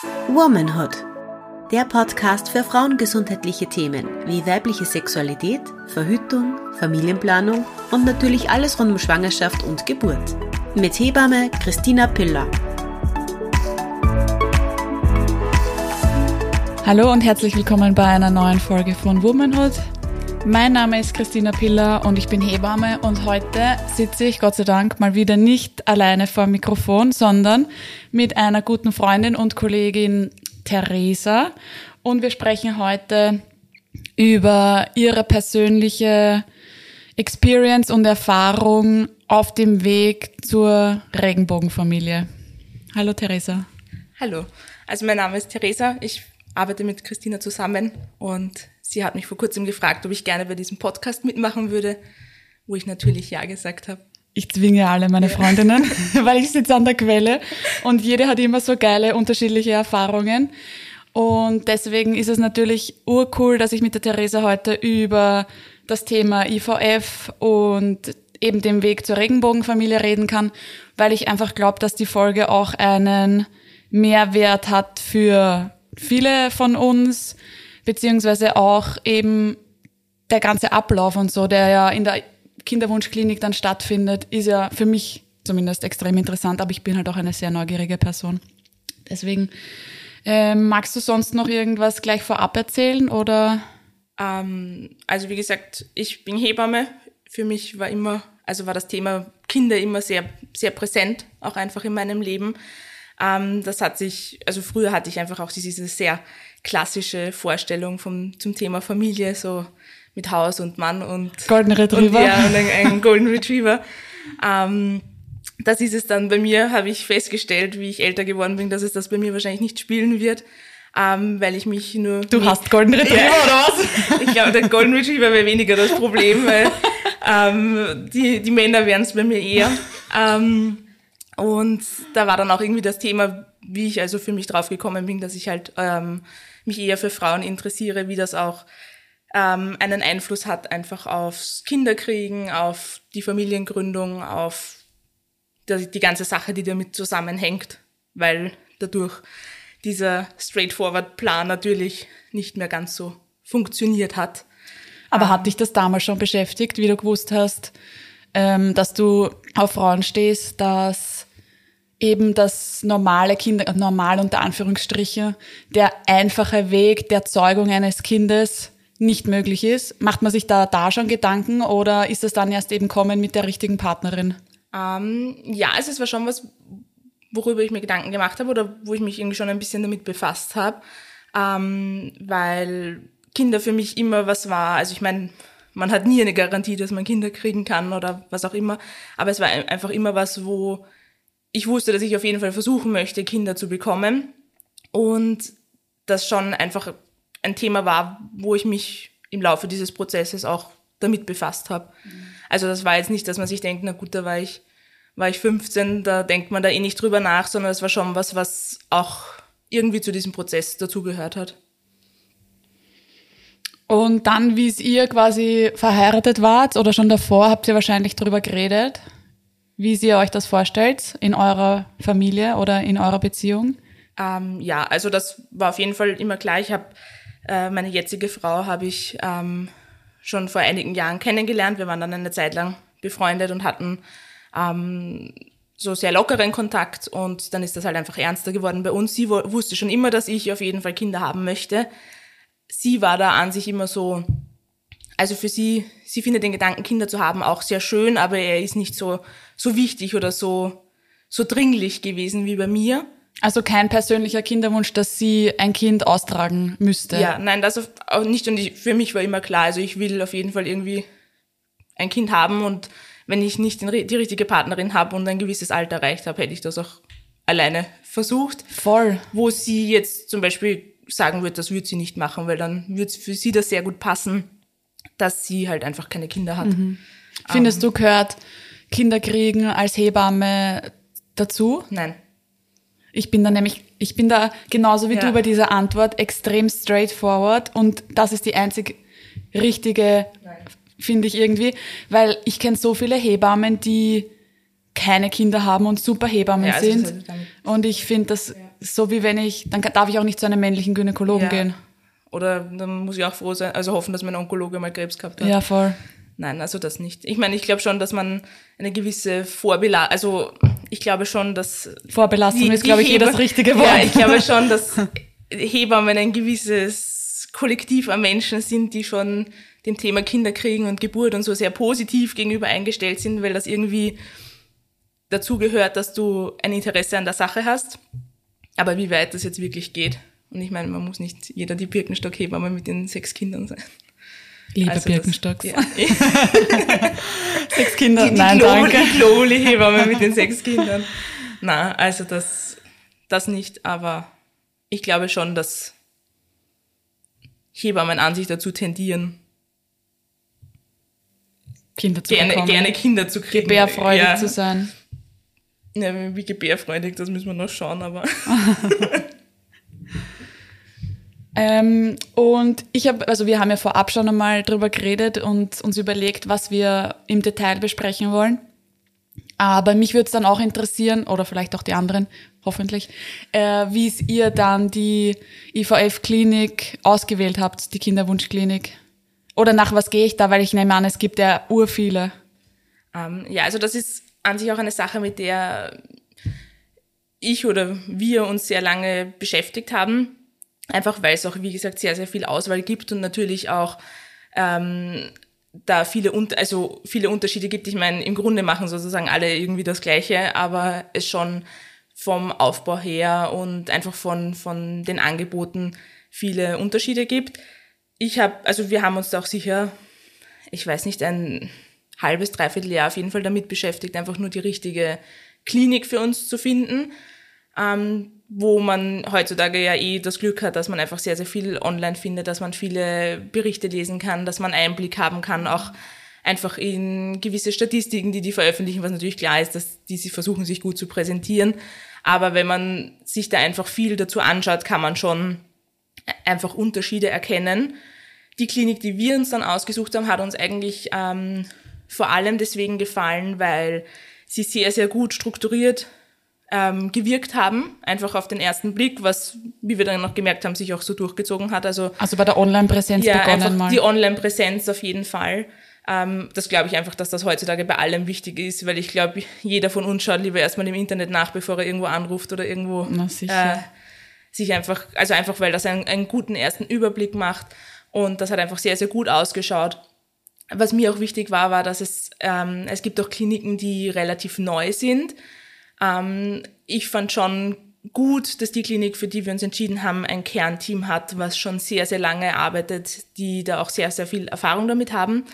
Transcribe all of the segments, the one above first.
Womanhood, der Podcast für frauengesundheitliche Themen wie weibliche Sexualität, Verhütung, Familienplanung und natürlich alles rund um Schwangerschaft und Geburt. Mit Hebamme Christina Piller. Hallo und herzlich willkommen bei einer neuen Folge von Womanhood. Mein Name ist Christina Piller und ich bin Hebamme und heute sitze ich Gott sei Dank mal wieder nicht alleine vor dem Mikrofon, sondern mit einer guten Freundin und Kollegin Theresa und wir sprechen heute über ihre persönliche Experience und Erfahrung auf dem Weg zur Regenbogenfamilie. Hallo Theresa. Hallo, also mein Name ist Theresa, ich arbeite mit Christina zusammen und sie hat mich vor kurzem gefragt, ob ich gerne bei diesem Podcast mitmachen würde, wo ich natürlich ja gesagt habe. Ich zwinge alle meine Freundinnen, weil ich sitze an der Quelle und jede hat immer so geile, unterschiedliche Erfahrungen. Und deswegen ist es natürlich urcool, dass ich mit der Theresa heute über das Thema IVF und eben den Weg zur Regenbogenfamilie reden kann, weil ich einfach glaube, dass die Folge auch einen Mehrwert hat für viele von uns, beziehungsweise auch eben der ganze Ablauf und so, der ja in der Kinderwunschklinik dann stattfindet, ist ja für mich zumindest extrem interessant, aber ich bin halt auch eine sehr neugierige Person. Deswegen, magst du sonst noch irgendwas gleich vorab erzählen, oder? Also wie gesagt, ich bin Hebamme. Für mich war das Thema Kinder immer sehr, sehr präsent, auch einfach in meinem Leben. Früher hatte ich einfach auch diese sehr klassische Vorstellung zum Thema Familie, so mit Haus und Mann und Golden Retriever. Und ein Golden Retriever. Das ist es dann bei mir, habe ich festgestellt, wie ich älter geworden bin, dass es das bei mir wahrscheinlich nicht spielen wird, weil ich mich nur... Du hast Golden Retriever, oder was? Ich glaube, der Golden Retriever wäre weniger das Problem, weil die Männer wären es bei mir eher. Und da war dann auch irgendwie das Thema, wie ich also für mich drauf gekommen bin, dass ich halt mich eher für Frauen interessiere, wie das auch einen Einfluss hat einfach aufs Kinderkriegen, auf die Familiengründung, auf die ganze Sache, die damit zusammenhängt, weil dadurch dieser straightforward Plan natürlich nicht mehr ganz so funktioniert hat. Aber hat dich das damals schon beschäftigt, wie du gewusst hast, dass du auf Frauen stehst, dass eben das normal unter Anführungsstrichen, der einfache Weg der Zeugung eines Kindes nicht möglich ist? Macht man sich da schon Gedanken oder ist es dann erst eben kommen mit der richtigen Partnerin? Es war schon was, worüber ich mir Gedanken gemacht habe oder wo ich mich irgendwie schon ein bisschen damit befasst habe, weil Kinder für mich immer was war. Also ich meine, man hat nie eine Garantie, dass man Kinder kriegen kann oder was auch immer, aber es war einfach immer was, wo ich wusste, dass ich auf jeden Fall versuchen möchte, Kinder zu bekommen und das schon einfach ein Thema war, wo ich mich im Laufe dieses Prozesses auch damit befasst habe. Also das war jetzt nicht, dass man sich denkt, na gut, da war ich 15, da denkt man da eh nicht drüber nach, sondern es war schon was auch irgendwie zu diesem Prozess dazugehört hat. Und dann, wie ihr quasi verheiratet wart oder schon davor, habt ihr wahrscheinlich drüber geredet, wie ihr euch das vorstellt in eurer Familie oder in eurer Beziehung? Also das war auf jeden Fall immer klar. Ich habe meine jetzige Frau habe ich schon vor einigen Jahren kennengelernt. Wir waren dann eine Zeit lang befreundet und hatten so sehr lockeren Kontakt und dann ist das halt einfach ernster geworden bei uns. Sie wusste schon immer, dass ich auf jeden Fall Kinder haben möchte. Sie war da an sich immer so, also für sie findet den Gedanken, Kinder zu haben, auch sehr schön, aber er ist nicht so wichtig oder so dringlich gewesen wie bei mir. Also kein persönlicher Kinderwunsch, dass sie ein Kind austragen müsste? Ja, nein, das auch nicht. Und für mich war immer klar, also ich will auf jeden Fall irgendwie ein Kind haben und wenn ich nicht die richtige Partnerin habe und ein gewisses Alter erreicht habe, hätte ich das auch alleine versucht. Voll. Wo sie jetzt zum Beispiel sagen wird, das würde sie nicht machen, weil dann würde für sie das sehr gut passen, dass sie halt einfach keine Kinder hat. Mhm. Findest du, gehört Kinderkriegen als Hebamme dazu? Nein. Ich bin da genauso wie du bei dieser Antwort extrem straightforward und das ist die einzig richtige, finde ich irgendwie, weil ich kenne so viele Hebammen, die keine Kinder haben und super Hebammen sind. Und ich finde, das So wie dann darf ich auch nicht zu einem männlichen Gynäkologen gehen. Oder dann muss ich auch froh sein, also hoffen, dass mein Onkologe mal Krebs gehabt hat. Ja, voll. Nein, also das nicht. Ich meine, ich glaube schon, dass man eine gewisse Vorbelastung, also ich glaube schon, dass... Vorbelastung ist, glaube ich, das richtige Wort. Ja, ich glaube schon, dass Hebammen ein gewisses Kollektiv an Menschen sind, die schon dem Thema Kinderkriegen und Geburt und so sehr positiv gegenüber eingestellt sind, weil das irgendwie dazu gehört, dass du ein Interesse an der Sache hast. Aber wie weit das jetzt wirklich geht. Und ich meine, man muss nicht jeder die Birkenstock-Hebamme mit den 6 Kindern sein. Liebe also Birkenstocks. Ja. 6 Kinder, nein, danke. Die Globuli-Hebamme mit den 6 Kindern. Na, also das nicht, aber ich glaube schon, dass Hebammen an sich dazu tendieren, Kinder zu bekommen. Gerne Kinder zu kriegen. Gebärfreudig zu sein. Ja, wie gebärfreudig, das müssen wir noch schauen, aber... Und wir haben ja vorab schon einmal drüber geredet und uns überlegt, was wir im Detail besprechen wollen. Aber mich würde es dann auch interessieren, oder vielleicht auch die anderen, hoffentlich, wie es ihr dann die IVF-Klinik ausgewählt habt, die Kinderwunschklinik. Oder nach was gehe ich da, weil ich nehme an, es gibt ja urviele. Ja, also das ist an sich auch eine Sache, mit der ich oder wir uns sehr lange beschäftigt haben. Einfach weil es auch, wie gesagt, sehr, sehr viel Auswahl gibt und natürlich auch da viele Unterschiede gibt. Ich meine, im Grunde machen sozusagen alle irgendwie das Gleiche, aber es schon vom Aufbau her und einfach von den Angeboten viele Unterschiede gibt. Wir haben uns da auch sicher, ich weiß nicht, ein halbes, dreiviertel Jahr auf jeden Fall damit beschäftigt, einfach nur die richtige Klinik für uns zu finden, wo man heutzutage ja das Glück hat, dass man einfach sehr, sehr viel online findet, dass man viele Berichte lesen kann, dass man Einblick haben kann, auch einfach in gewisse Statistiken, die veröffentlichen, was natürlich klar ist, dass sie versuchen, sich gut zu präsentieren. Aber wenn man sich da einfach viel dazu anschaut, kann man schon einfach Unterschiede erkennen. Die Klinik, die wir uns dann ausgesucht haben, hat uns eigentlich vor allem deswegen gefallen, weil sie sehr, sehr gut strukturiert gewirkt haben, einfach auf den ersten Blick, was, wie wir dann noch gemerkt haben, sich auch so durchgezogen hat. Also bei der Online-Präsenz begonnen mal. Die Online-Präsenz auf jeden Fall. Das glaube ich einfach, dass das heutzutage bei allem wichtig ist, weil ich glaube, jeder von uns schaut lieber erstmal im Internet nach, bevor er irgendwo anruft oder irgendwo sich einfach, weil das einen guten ersten Überblick macht, und das hat einfach sehr, sehr gut ausgeschaut. Was mir auch wichtig war, dass es gibt auch Kliniken, die relativ neu sind. Ich fand schon gut, dass die Klinik, für die wir uns entschieden haben, ein Kernteam hat, was schon sehr, sehr lange arbeitet, die da auch sehr, sehr viel Erfahrung damit haben.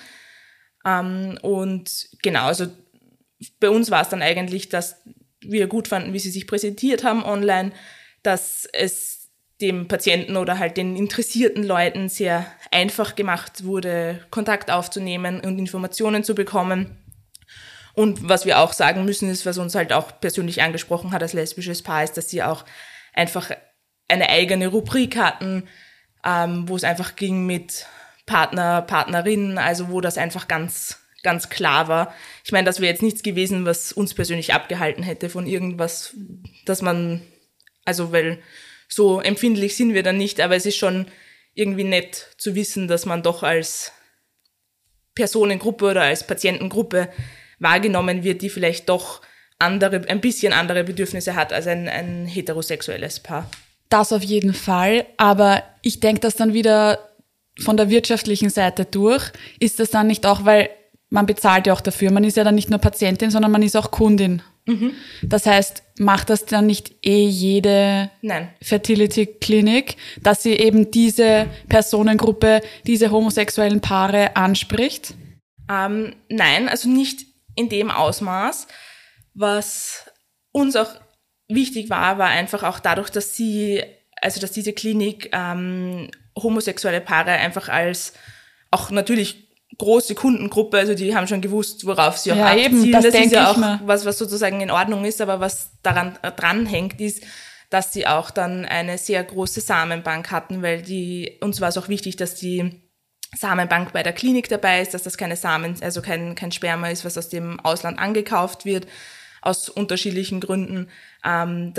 Und genau, also bei uns war es dann eigentlich, dass wir gut fanden, wie sie sich präsentiert haben online, dass es dem Patienten oder halt den interessierten Leuten sehr einfach gemacht wurde, Kontakt aufzunehmen und Informationen zu bekommen. Und was wir auch sagen müssen, ist, was uns halt auch persönlich angesprochen hat als lesbisches Paar, ist, dass sie auch einfach eine eigene Rubrik hatten, wo es einfach ging mit Partner, Partnerinnen, also wo das einfach ganz, ganz klar war. Ich meine, das wäre jetzt nichts gewesen, was uns persönlich abgehalten hätte von irgendwas, dass man, weil so empfindlich sind wir dann nicht, aber es ist schon irgendwie nett zu wissen, dass man doch als Personengruppe oder als Patientengruppe wahrgenommen wird, die vielleicht doch ein bisschen andere Bedürfnisse hat als ein heterosexuelles Paar. Das auf jeden Fall, aber ich denke, dass dann wieder von der wirtschaftlichen Seite durch, ist das dann nicht auch, weil man bezahlt ja auch dafür, man ist ja dann nicht nur Patientin, sondern man ist auch Kundin. Mhm. Das heißt, macht das dann nicht jede Fertility-Klinik, dass sie eben diese Personengruppe, diese homosexuellen Paare anspricht? Nein, also nicht in dem Ausmaß. Was uns auch wichtig war einfach auch dadurch, dass diese Klinik homosexuelle Paare einfach als auch natürlich große Kundengruppe, also die haben schon gewusst, worauf sie auch abzielen. Eben, das ist ja auch was sozusagen in Ordnung ist, aber was daran dranhängt, ist, dass sie auch dann eine sehr große Samenbank hatten, weil uns war es auch wichtig, dass die Samenbank bei der Klinik dabei ist, dass das keine kein Sperma ist, was aus dem Ausland angekauft wird, aus unterschiedlichen Gründen. Das heißt,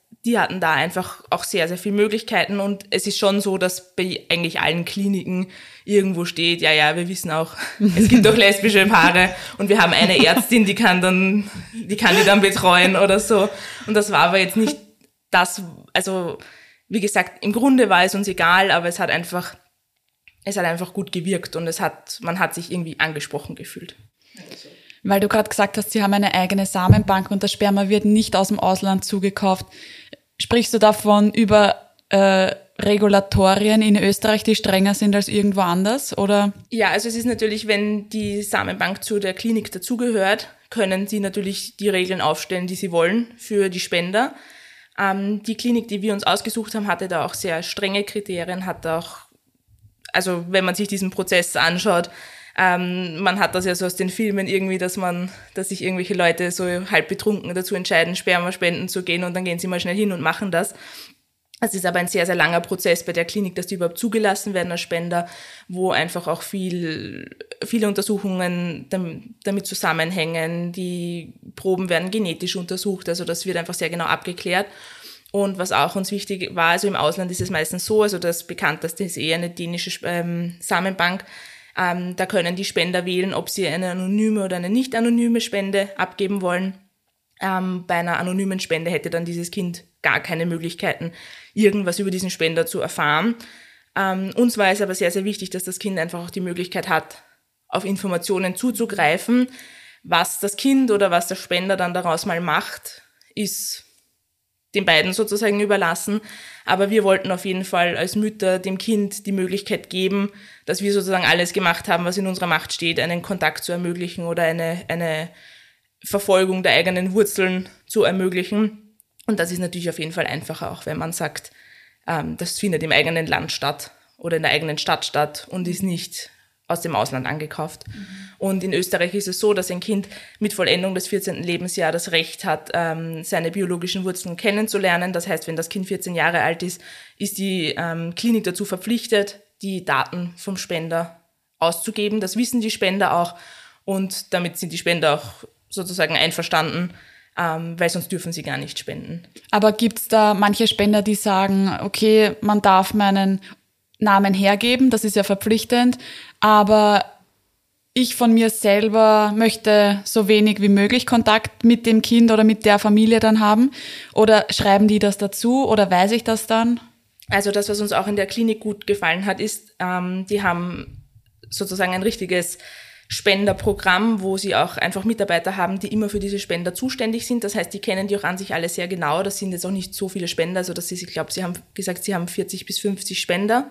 die hatten da einfach auch sehr, sehr viele Möglichkeiten und es ist schon so, dass bei eigentlich allen Kliniken irgendwo steht, ja, wir wissen auch, es gibt auch lesbische Paare und wir haben eine Ärztin, die kann die dann betreuen oder so. Und das war aber jetzt nicht das, also wie gesagt, im Grunde war es uns egal, aber es hat einfach gut gewirkt und man hat sich irgendwie angesprochen gefühlt. Weil du gerade gesagt hast, sie haben eine eigene Samenbank und das Sperma wird nicht aus dem Ausland zugekauft. Sprichst du davon über Regulatorien in Österreich, die strenger sind als irgendwo anders, oder? Ja, also es ist natürlich, wenn die Samenbank zu der Klinik dazugehört, können sie natürlich die Regeln aufstellen, die sie wollen für die Spender. Die Klinik, die wir uns ausgesucht haben, hatte da auch sehr strenge Kriterien, also wenn man sich diesen Prozess anschaut, man hat das ja so aus den Filmen irgendwie, dass sich irgendwelche Leute so halb betrunken dazu entscheiden, Sperma spenden zu gehen und dann gehen sie mal schnell hin und machen das. Es ist aber ein sehr, sehr langer Prozess bei der Klinik, dass die überhaupt zugelassen werden als Spender, wo einfach auch viele Untersuchungen damit zusammenhängen. Die Proben werden genetisch untersucht, also das wird einfach sehr genau abgeklärt. Und was auch uns wichtig war, also im Ausland ist es meistens so, also das bekannteste ist eine dänische Samenbank. Da können die Spender wählen, ob sie eine anonyme oder eine nicht anonyme Spende abgeben wollen. Bei einer anonymen Spende hätte dann dieses Kind gar keine Möglichkeiten, irgendwas über diesen Spender zu erfahren. Uns war es aber sehr, sehr wichtig, dass das Kind einfach auch die Möglichkeit hat, auf Informationen zuzugreifen. Was das Kind oder was der Spender dann daraus mal macht, ist den beiden sozusagen überlassen. Aber wir wollten auf jeden Fall als Mütter dem Kind die Möglichkeit geben, dass wir sozusagen alles gemacht haben, was in unserer Macht steht, einen Kontakt zu ermöglichen oder eine Verfolgung der eigenen Wurzeln zu ermöglichen. Und das ist natürlich auf jeden Fall einfacher, auch wenn man sagt, das findet im eigenen Land statt oder in der eigenen Stadt statt und ist nicht aus dem Ausland angekauft. Und in Österreich ist es so, dass ein Kind mit Vollendung des 14. Lebensjahres das Recht hat, seine biologischen Wurzeln kennenzulernen. Das heißt, wenn das Kind 14 Jahre alt ist, ist die Klinik dazu verpflichtet, die Daten vom Spender auszugeben. Das wissen die Spender auch und damit sind die Spender auch sozusagen einverstanden, weil sonst dürfen sie gar nicht spenden. Aber gibt es da manche Spender, die sagen, okay, man darf meinen Namen hergeben, das ist ja verpflichtend, aber ich von mir selber möchte so wenig wie möglich Kontakt mit dem Kind oder mit der Familie dann haben? Oder schreiben die das dazu oder weiß ich das dann? Also das, was uns auch in der Klinik gut gefallen hat, ist, die haben sozusagen ein richtiges Spenderprogramm, wo sie auch einfach Mitarbeiter haben, die immer für diese Spender zuständig sind. Das heißt, die kennen die auch an sich alle sehr genau. Das sind jetzt auch nicht so viele Spender, also dass ich glaube, sie haben gesagt, sie haben 40 bis 50 Spender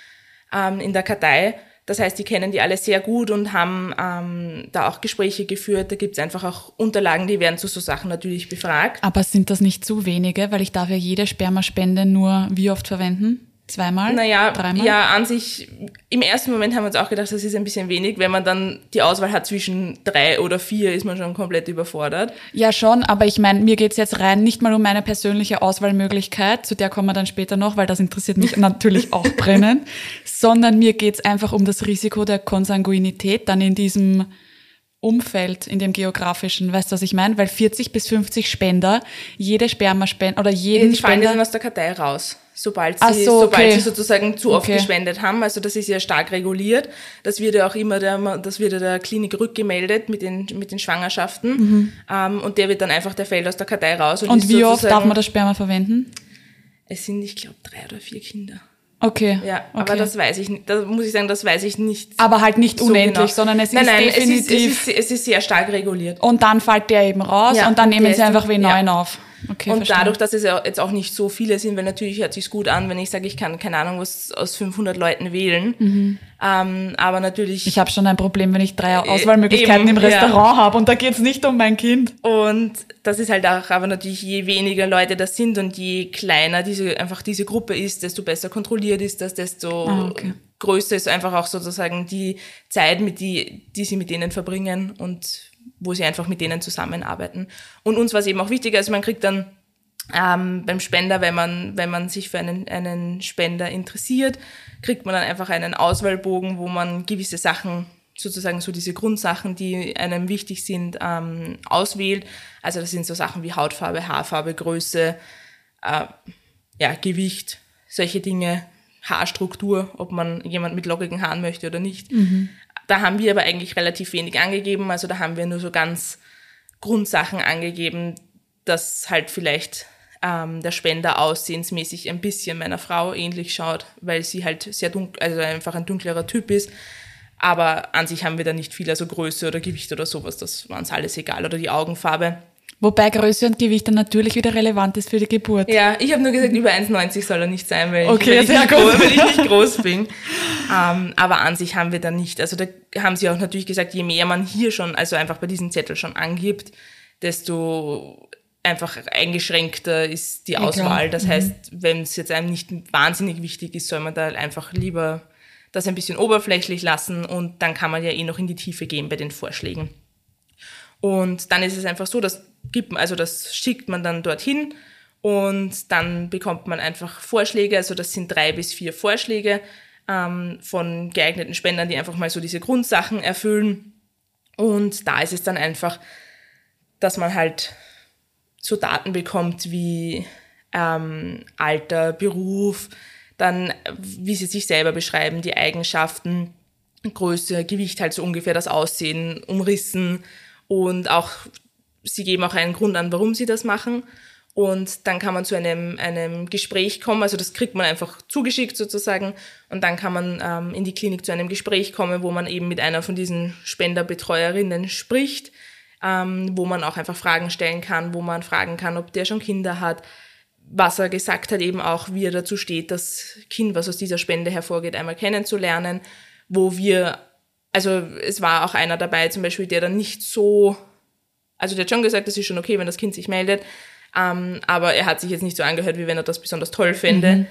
in der Kartei. Das heißt, die kennen die alle sehr gut und haben da auch Gespräche geführt. Da gibt's einfach auch Unterlagen, die werden zu so Sachen natürlich befragt. Aber sind das nicht zu wenige? Weil ich darf ja jede Spermaspende nur wie oft verwenden? 2-mal? Naja, 3-mal? Ja, an sich, im ersten Moment haben wir uns auch gedacht, das ist ein bisschen wenig. Wenn man dann die Auswahl hat zwischen 3 oder 4, ist man schon komplett überfordert. Ja, schon, aber ich meine, mir geht's jetzt rein nicht mal um meine persönliche Auswahlmöglichkeit, zu der kommen wir dann später noch, weil das interessiert mich natürlich auch brennend, sondern mir geht's einfach um das Risiko der Konsanguinität dann in diesem Umfeld, in dem geografischen, weißt du, was ich meine? Weil 40 bis 50 Spender, jede Spermaspende oder jeden die fallen Spender... dann aus der Kartei raus, sobald sie sozusagen zu oft gespendet haben. Also das ist ja stark reguliert. Das wird ja auch immer der Klinik rückgemeldet mit den Schwangerschaften. Und der wird dann einfach, der fällt aus der Kartei raus. Und wie oft darf man das Sperma verwenden? Es sind, ich glaube, 3 oder 4 Kinder. Okay. Ja, aber das weiß ich nicht. Da muss ich sagen, das weiß ich nicht. Aber halt nicht so unendlich, genau. Sondern es ist definitiv. Es ist sehr stark reguliert. Und dann fällt der eben raus und dann nehmen sie einfach wen neuen auf. Okay, und dadurch, dass es ja jetzt auch nicht so viele sind, weil natürlich hört sich's gut an, wenn ich sage, ich kann, keine Ahnung, was aus 500 Leuten wählen. Aber natürlich... Ich habe schon ein Problem, wenn ich 3 Auswahlmöglichkeiten im Restaurant habe und da geht's nicht um mein Kind. Und das ist halt auch, aber natürlich, je weniger Leute das sind und je kleiner diese Gruppe ist, desto besser kontrolliert ist das, desto größer ist einfach auch sozusagen die Zeit, die sie mit denen verbringen und wo sie einfach mit denen zusammenarbeiten. Und uns war es eben auch wichtig, also man kriegt dann beim Spender, wenn man sich für einen Spender interessiert, kriegt man dann einfach einen Auswahlbogen, wo man gewisse Sachen, sozusagen so diese Grundsachen, die einem wichtig sind, auswählt. Also das sind so Sachen wie Hautfarbe, Haarfarbe, Größe, Gewicht, solche Dinge, Haarstruktur, ob man jemand mit lockigen Haaren möchte oder nicht. Da haben wir aber eigentlich relativ wenig angegeben, also da haben wir nur so ganz Grundsachen angegeben, dass halt vielleicht der Spender aussehensmäßig ein bisschen meiner Frau ähnlich schaut, weil sie halt sehr dunkel, also einfach ein dunklerer Typ ist. Aber an sich haben wir da nicht viel, also Größe oder Gewicht oder sowas, das war uns alles egal, oder die Augenfarbe. Wobei Größe und Gewicht dann natürlich wieder relevant ist für die Geburt. Ja, ich habe nur gesagt, über 1,90 soll er nicht sein, weil okay, ich nicht groß bin. Aber an sich haben wir da nicht, also da haben sie auch natürlich gesagt, je mehr man hier schon, also einfach bei diesem Zettel schon angibt, desto einfach eingeschränkter ist die Auswahl. Das heißt, wenn es jetzt einem nicht wahnsinnig wichtig ist, soll man da einfach lieber das ein bisschen oberflächlich lassen und dann kann man ja noch in die Tiefe gehen bei den Vorschlägen. Und dann ist es einfach so, das schickt man dann dorthin und dann bekommt man einfach Vorschläge, also das sind 3 bis 4 Vorschläge von geeigneten Spendern, die einfach mal so diese Grundsachen erfüllen. Und da ist es dann einfach, dass man halt so Daten bekommt wie Alter, Beruf, dann wie sie sich selber beschreiben, die Eigenschaften, Größe, Gewicht, halt so ungefähr das Aussehen, umrissen und auch, sie geben auch einen Grund an, warum sie das machen. Und dann kann man zu einem Gespräch kommen, also das kriegt man einfach zugeschickt sozusagen und dann kann man in die Klinik zu einem Gespräch kommen, wo man eben mit einer von diesen Spenderbetreuerinnen spricht, wo man auch einfach Fragen stellen kann, wo man fragen kann, ob der schon Kinder hat, was er gesagt hat, eben auch, wie er dazu steht, das Kind, was aus dieser Spende hervorgeht, einmal kennenzulernen, also es war auch einer dabei zum Beispiel, der dann nicht so, also der hat schon gesagt, das ist schon okay, wenn das Kind sich meldet, aber er hat sich jetzt nicht so angehört, wie wenn er das besonders toll fände.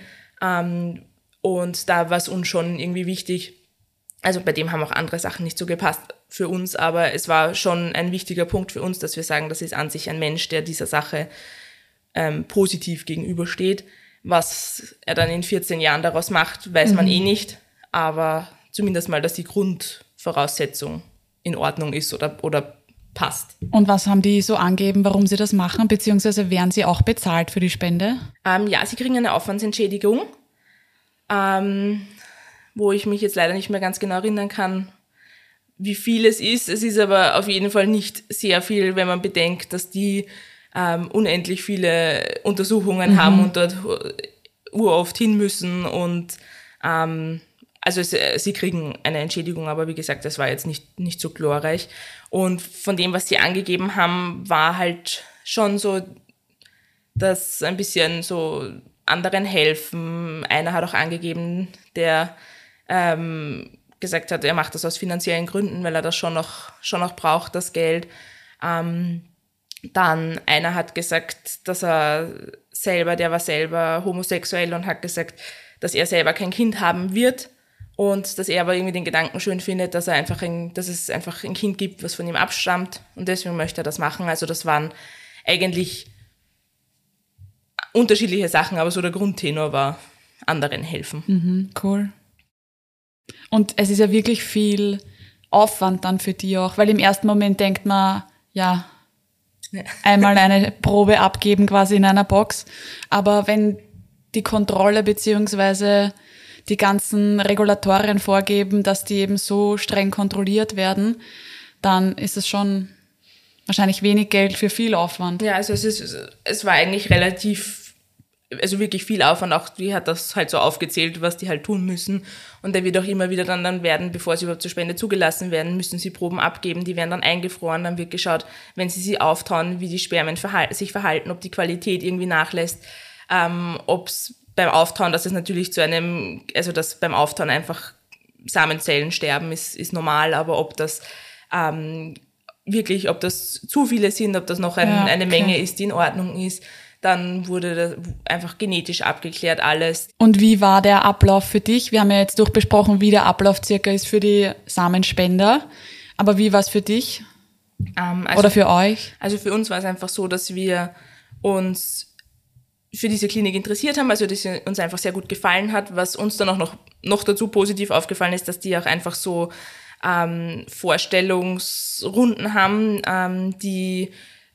Und da war es uns schon irgendwie wichtig, also bei dem haben auch andere Sachen nicht so gepasst für uns, aber es war schon ein wichtiger Punkt für uns, dass wir sagen, das ist an sich ein Mensch, der dieser Sache positiv gegenübersteht. Was er dann in 14 Jahren daraus macht, weiß man eh nicht, aber zumindest mal, dass die Grundvoraussetzung in Ordnung ist oder passt. Und was haben die so angegeben, warum sie das machen, beziehungsweise werden sie auch bezahlt für die Spende? Ja, sie kriegen eine Aufwandsentschädigung, wo ich mich jetzt leider nicht mehr ganz genau erinnern kann, wie viel es ist. Es ist aber auf jeden Fall nicht sehr viel, wenn man bedenkt, dass die unendlich viele Untersuchungen haben und dort uroft hin müssen und also sie kriegen eine Entschädigung, aber wie gesagt, das war jetzt nicht so glorreich. Und von dem, was sie angegeben haben, war halt schon so, dass ein bisschen so anderen helfen. Einer hat auch angegeben, der gesagt hat, er macht das aus finanziellen Gründen, weil er das schon noch braucht, das Geld. Dann einer hat gesagt, dass der war selber homosexuell und hat gesagt, dass er selber kein Kind haben wird und dass er aber irgendwie den Gedanken schön findet, dass es einfach ein Kind gibt, was von ihm abstammt und deswegen möchte er das machen. Also das waren eigentlich unterschiedliche Sachen, aber so der Grundtenor war, anderen helfen. Cool. Und es ist ja wirklich viel Aufwand dann für die auch, weil im ersten Moment denkt man, ja, einmal eine Probe abgeben quasi in einer Box. Aber wenn die Kontrolle beziehungsweise die ganzen Regulatorien vorgeben, dass die eben so streng kontrolliert werden, dann ist es schon wahrscheinlich wenig Geld für viel Aufwand. Ja, also es war eigentlich wirklich viel Aufwand. Auch die hat das halt so aufgezählt, was die halt tun müssen. Und der wird auch immer wieder dann werden, bevor sie überhaupt zur Spende zugelassen werden, müssen sie Proben abgeben. Die werden dann eingefroren. Dann wird geschaut, wenn sie auftauen, wie die Spermien sich verhalten, ob die Qualität irgendwie nachlässt, ob es beim Auftauen, dass es natürlich dass beim Auftauen einfach Samenzellen sterben, ist normal, aber ob das ob das zu viele sind, ob das noch eine Menge ist, die in Ordnung ist, dann wurde das einfach genetisch abgeklärt alles. Und wie war der Ablauf für dich? Wir haben ja jetzt durchbesprochen, wie der Ablauf circa ist für die Samenspender. Aber wie war es für dich? Oder für euch? Also für uns war es einfach so, dass wir uns für diese Klinik interessiert haben, also dass sie uns einfach sehr gut gefallen hat. Was uns dann auch noch dazu positiv aufgefallen ist, dass die auch einfach so Vorstellungsrunden haben, die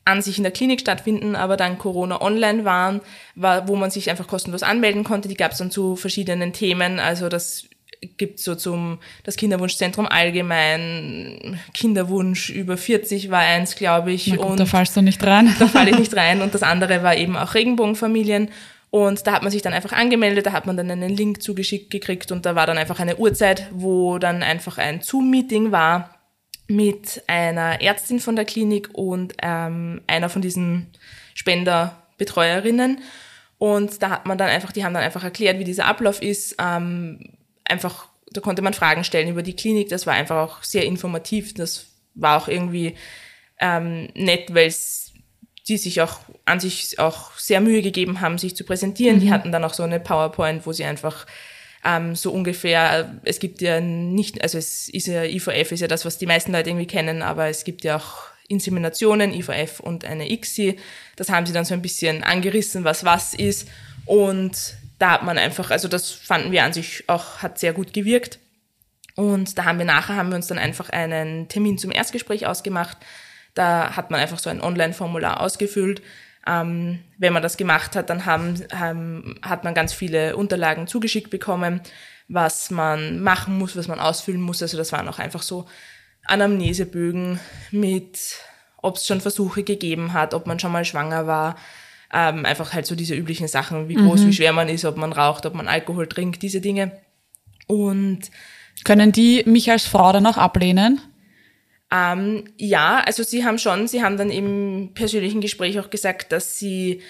an sich in der Klinik stattfinden, aber dann Corona online wo man sich einfach kostenlos anmelden konnte. Die gab es dann zu verschiedenen Themen. Also das gibt so das Kinderwunschzentrum allgemein, Kinderwunsch über 40 war eins, glaube ich. Na gut, und da fallst du nicht rein. Da falle ich nicht rein. Und das andere war eben auch Regenbogenfamilien. Und da hat man sich dann einfach angemeldet, da hat man dann einen Link zugeschickt gekriegt und da war dann einfach eine Uhrzeit, wo dann einfach ein Zoom-Meeting war mit einer Ärztin von der Klinik und einer von diesen Spenderbetreuerinnen. Und da hat man dann einfach, die haben dann einfach erklärt, wie dieser Ablauf ist. Einfach, da konnte man Fragen stellen über die Klinik. Das war einfach auch sehr informativ. Das war auch irgendwie nett, weil die sich auch an sich auch sehr Mühe gegeben haben, sich zu präsentieren. Die hatten dann auch so eine PowerPoint, wo sie einfach so ungefähr, es gibt ja nicht, also es ist ja IVF ist ja das, was die meisten Leute irgendwie kennen, aber es gibt ja auch Inseminationen, IVF und eine ICSI. Das haben sie dann so ein bisschen angerissen, was ist. Und da hat man einfach, also das fanden wir an sich auch, hat sehr gut gewirkt. Und da haben wir uns dann einfach einen Termin zum Erstgespräch ausgemacht. Da hat man einfach so ein Online-Formular ausgefüllt. Wenn man das gemacht hat, dann hat man ganz viele Unterlagen zugeschickt bekommen, was man machen muss, was man ausfüllen muss. Also das waren auch einfach so Anamnesebögen mit, ob es schon Versuche gegeben hat, ob man schon mal schwanger war. Einfach halt so diese üblichen Sachen, wie groß, wie schwer man ist, ob man raucht, ob man Alkohol trinkt, diese Dinge. Und können die mich als Frau dann auch ablehnen? Ja, also sie haben dann im persönlichen Gespräch auch gesagt, dass sie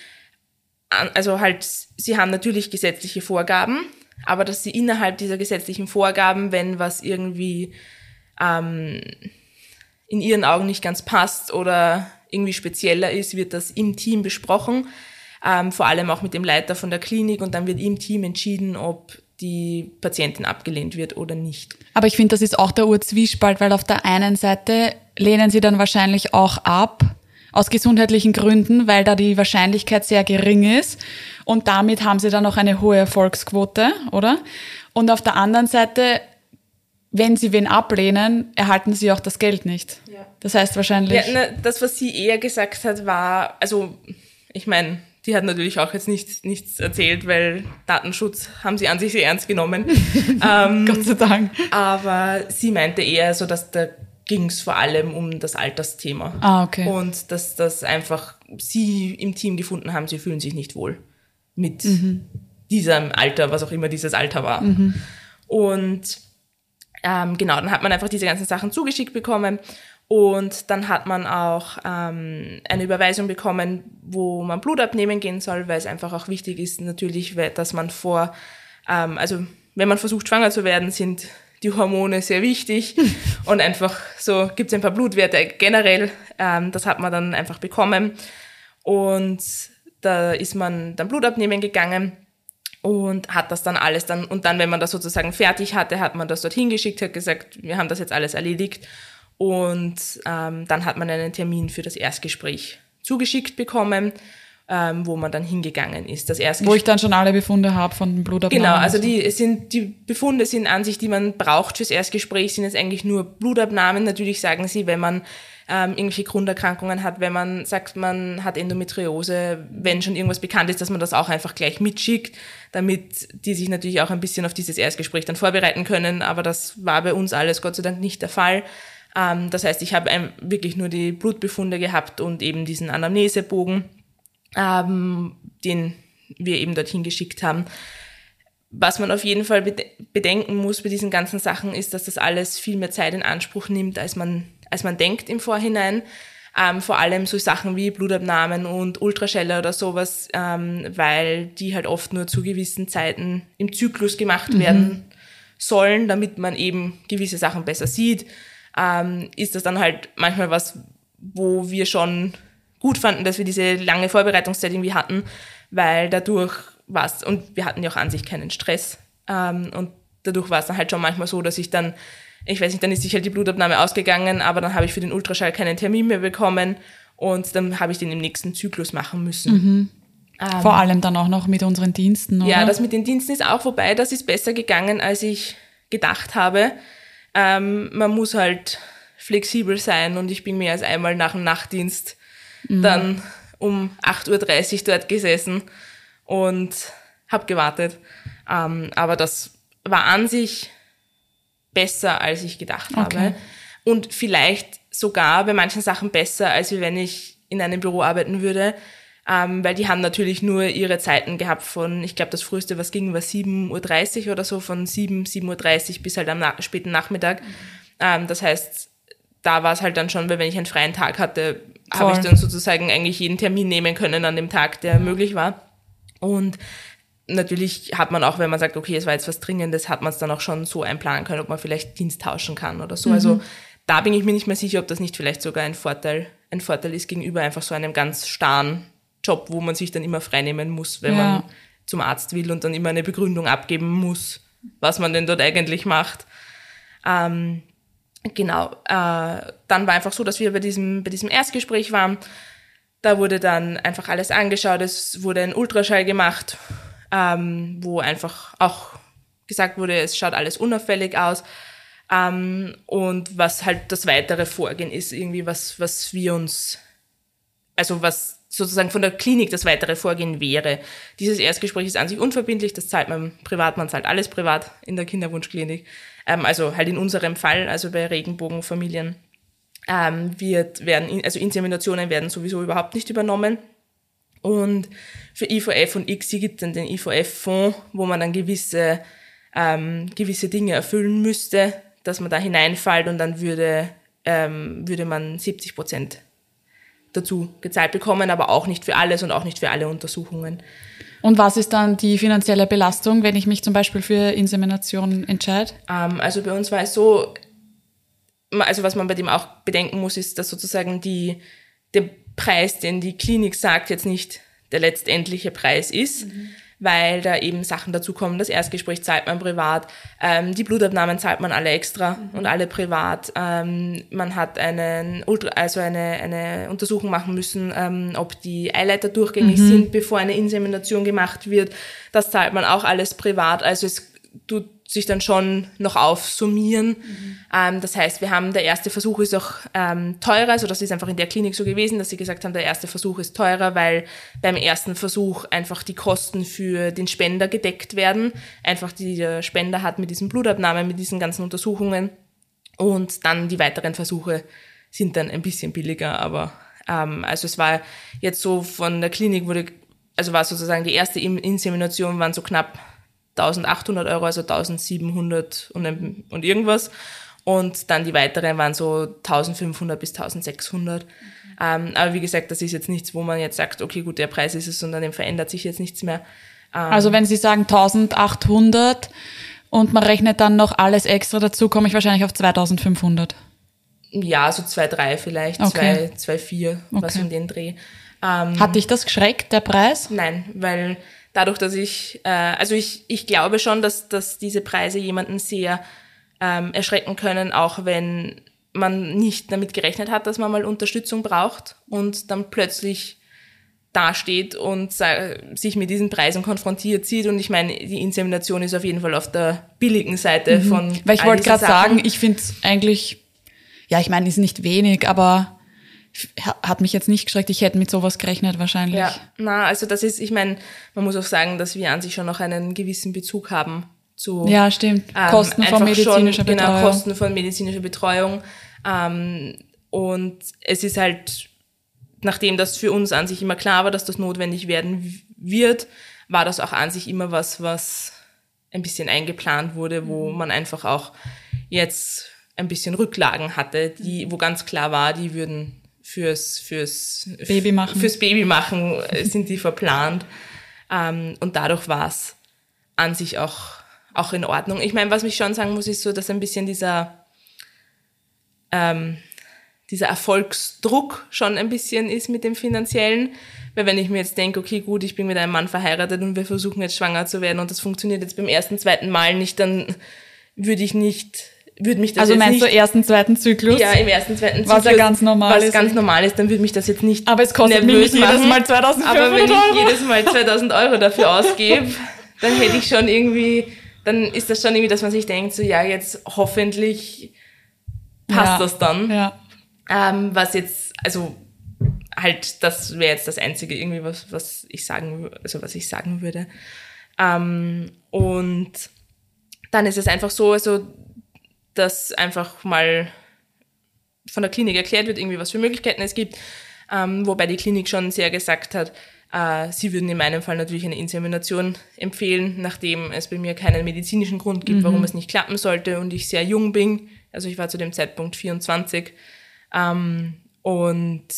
haben natürlich gesetzliche Vorgaben, aber dass sie innerhalb dieser gesetzlichen Vorgaben, wenn was irgendwie in ihren Augen nicht ganz passt oder irgendwie spezieller ist, wird das im Team besprochen, vor allem auch mit dem Leiter von der Klinik und dann wird im Team entschieden, ob die Patientin abgelehnt wird oder nicht. Aber ich finde, das ist auch der Urzwiespalt, weil auf der einen Seite lehnen sie dann wahrscheinlich auch ab, aus gesundheitlichen Gründen, weil da die Wahrscheinlichkeit sehr gering ist und damit haben sie dann auch eine hohe Erfolgsquote, oder? Und auf der anderen Seite, wenn sie wen ablehnen, erhalten sie auch das Geld nicht. Ja. Das heißt wahrscheinlich... Ja, das, was sie eher gesagt hat, war, also ich meine, die hat natürlich auch jetzt nichts erzählt, weil Datenschutz haben sie an sich sehr ernst genommen. Gott sei Dank. Aber sie meinte eher so, dass da ging es vor allem um das Altersthema. Ah, okay. Und dass das einfach sie im Team gefunden haben, sie fühlen sich nicht wohl mit diesem Alter, was auch immer dieses Alter war. Und genau, dann hat man einfach diese ganzen Sachen zugeschickt bekommen. Und dann hat man auch eine Überweisung bekommen, wo man Blut abnehmen gehen soll, weil es einfach auch wichtig ist natürlich, dass man also wenn man versucht schwanger zu werden, sind die Hormone sehr wichtig und einfach so gibt es ein paar Blutwerte generell, das hat man dann einfach bekommen und da ist man dann Blut abnehmen gegangen und hat das dann alles und dann, wenn man das sozusagen fertig hatte, hat man das dorthin geschickt, hat gesagt, wir haben das jetzt alles erledigt. Und dann hat man einen Termin für das Erstgespräch zugeschickt bekommen, wo man dann hingegangen ist. Das Erstgespräch, wo ich dann schon alle Befunde habe von den Blutabnahmen. Genau, also die Befunde sind an sich, die man braucht fürs Erstgespräch, sind jetzt eigentlich nur Blutabnahmen. Natürlich sagen sie, wenn man irgendwelche Grunderkrankungen hat, wenn man sagt, man hat Endometriose, wenn schon irgendwas bekannt ist, dass man das auch einfach gleich mitschickt, damit die sich natürlich auch ein bisschen auf dieses Erstgespräch dann vorbereiten können. Aber das war bei uns alles Gott sei Dank nicht der Fall. Das heißt, ich habe wirklich nur die Blutbefunde gehabt und eben diesen Anamnesebogen, den wir eben dorthin geschickt haben. Was man auf jeden Fall bedenken muss bei diesen ganzen Sachen ist, dass das alles viel mehr Zeit in Anspruch nimmt, als man denkt im Vorhinein. Vor allem so Sachen wie Blutabnahmen und Ultraschelle oder sowas, weil die halt oft nur zu gewissen Zeiten im Zyklus gemacht werden sollen, damit man eben gewisse Sachen besser sieht. Ist das dann halt manchmal was, wo wir schon gut fanden, dass wir diese lange Vorbereitungszeit irgendwie hatten, weil dadurch war es, und wir hatten ja auch an sich keinen Stress, und dadurch war es dann halt schon manchmal so, dass ich dann, ich weiß nicht, dann ist sich halt die Blutabnahme ausgegangen, aber dann habe ich für den Ultraschall keinen Termin mehr bekommen und dann habe ich den im nächsten Zyklus machen müssen. Vor allem dann auch noch mit unseren Diensten, oder? Ja, das mit den Diensten ist auch vorbei, das ist besser gegangen, als ich gedacht habe. Man muss halt flexibel sein und ich bin mehr als einmal nach dem Nachtdienst dann um 8.30 Uhr dort gesessen und habe gewartet. Aber das war an sich besser, als ich gedacht habe. Und vielleicht sogar bei manchen Sachen besser, als wenn ich in einem Büro arbeiten würde. Weil die haben natürlich nur ihre Zeiten gehabt von, ich glaube, das früheste, was ging, war 7.30 Uhr oder so, von 7.30 Uhr bis halt am späten Nachmittag. Das heißt, da war es halt dann schon, weil wenn ich einen freien Tag hatte, habe ich dann sozusagen eigentlich jeden Termin nehmen können an dem Tag, der möglich war. Und natürlich hat man auch, wenn man sagt, okay, es war jetzt was Dringendes, hat man es dann auch schon so einplanen können, ob man vielleicht Dienst tauschen kann oder so. Also da bin ich mir nicht mehr sicher, ob das nicht vielleicht sogar ein Vorteil ist gegenüber einfach so einem ganz starren Job, wo man sich dann immer freinehmen muss, wenn man zum Arzt will und dann immer eine Begründung abgeben muss, was man denn dort eigentlich macht. Dann war einfach so, dass wir bei diesem Erstgespräch waren. Da wurde dann einfach alles angeschaut, es wurde ein Ultraschall gemacht, wo einfach auch gesagt wurde, es schaut alles unauffällig aus. Und was halt das weitere Vorgehen ist, irgendwie was wir uns, also was sozusagen von der Klinik das weitere Vorgehen wäre. Dieses Erstgespräch ist an sich unverbindlich, das zahlt man privat, man zahlt alles privat in der Kinderwunschklinik. Also halt in unserem Fall, also bei Regenbogenfamilien, Inseminationen werden sowieso überhaupt nicht übernommen. Und für IVF und ICSI gibt es dann den IVF-Fonds, wo man dann gewisse Dinge erfüllen müsste, dass man da hineinfällt und dann würde man 70% dazu gezahlt bekommen, aber auch nicht für alles und auch nicht für alle Untersuchungen. Und was ist dann die finanzielle Belastung, wenn ich mich zum Beispiel für Insemination entscheide? Also bei uns war es so, also was man bei dem auch bedenken muss, ist, dass sozusagen der Preis, den die Klinik sagt, jetzt nicht der letztendliche Preis ist, weil da eben Sachen dazukommen. Das Erstgespräch zahlt man privat, die Blutabnahmen zahlt man alle extra und alle privat. Man hat eine Untersuchung machen müssen, ob die Eileiter durchgängig sind, bevor eine Insemination gemacht wird. Das zahlt man auch alles privat. Also es tut sich dann schon noch aufsummieren. Das heißt, der erste Versuch ist auch teurer, also das ist einfach in der Klinik so gewesen, dass sie gesagt haben, der erste Versuch ist teurer, weil beim ersten Versuch einfach die Kosten für den Spender gedeckt werden. Einfach der Spender hat mit diesen Blutabnahmen, mit diesen ganzen Untersuchungen und dann die weiteren Versuche sind dann ein bisschen billiger, aber also es war jetzt so von der Klinik war sozusagen die erste Insemination waren so knapp 1.800 Euro, also 1.700 und irgendwas. Und dann die weiteren waren so 1.500 bis 1.600. Aber wie gesagt, das ist jetzt nichts, wo man jetzt sagt, okay, gut, der Preis ist es und an dem verändert sich jetzt nichts mehr. Also wenn Sie sagen 1.800 und man rechnet dann noch alles extra dazu, komme ich wahrscheinlich auf 2.500. Ja, so 2,3 vielleicht, okay. 2,4, was um den Dreh. Hat dich das geschreckt, der Preis? Nein, weil dadurch, dass ich glaube schon, dass diese Preise jemanden sehr erschrecken können, auch wenn man nicht damit gerechnet hat, dass man mal Unterstützung braucht und dann plötzlich dasteht und sich mit diesen Preisen konfrontiert sieht. Und ich meine, die Insemination ist auf jeden Fall auf der billigen Seite von Weil ich wollte gerade sagen, ich finde es eigentlich, ja, ich meine, ist nicht wenig, aber hat mich jetzt nicht geschreckt. Ich hätte mit sowas gerechnet wahrscheinlich. Ja, also das ist, ich meine, man muss auch sagen, dass wir an sich schon noch einen gewissen Bezug haben zu... Ja, stimmt. Kosten von medizinischer Betreuung. Genau, Kosten von medizinischer Betreuung. Und es ist halt, nachdem das für uns an sich immer klar war, dass das notwendig werden wird, war das auch an sich immer was ein bisschen eingeplant wurde, wo man einfach auch jetzt ein bisschen Rücklagen hatte, wo ganz klar war, die würden fürs Baby machen sind die verplant. Und dadurch war es an sich auch in Ordnung. Ich meine, was ich schon sagen muss, ist so, dass ein bisschen dieser Erfolgsdruck schon ein bisschen ist mit dem Finanziellen. Weil wenn ich mir jetzt denke, okay, gut, ich bin mit einem Mann verheiratet und wir versuchen jetzt schwanger zu werden und das funktioniert jetzt beim ersten, zweiten Mal nicht, dann würde mich das also jetzt meinst nicht... du ersten, zweiten Zyklus? Ja, im ersten, zweiten Zyklus. Was ja ganz normal ist. Was ganz normal ist, dann würde mich das jetzt nicht aber es kostet mich nicht jedes Mal 2.500 Euro. Aber wenn ich jedes Mal 2.000 Euro dafür ausgebe, dann hätte ich schon irgendwie... Dann ist das schon irgendwie, dass man sich denkt, so ja, jetzt hoffentlich passt das dann. Ja. Was jetzt... Also halt, das wäre jetzt das Einzige irgendwie, was ich sagen würde. Und dann ist es einfach so, also, dass einfach mal von der Klinik erklärt wird, irgendwie, was für Möglichkeiten es gibt, wobei die Klinik schon sehr gesagt hat, sie würden in meinem Fall natürlich eine Insemination empfehlen, nachdem es bei mir keinen medizinischen Grund gibt, warum es nicht klappen sollte und ich sehr jung bin. Also ich war zu dem Zeitpunkt 24 und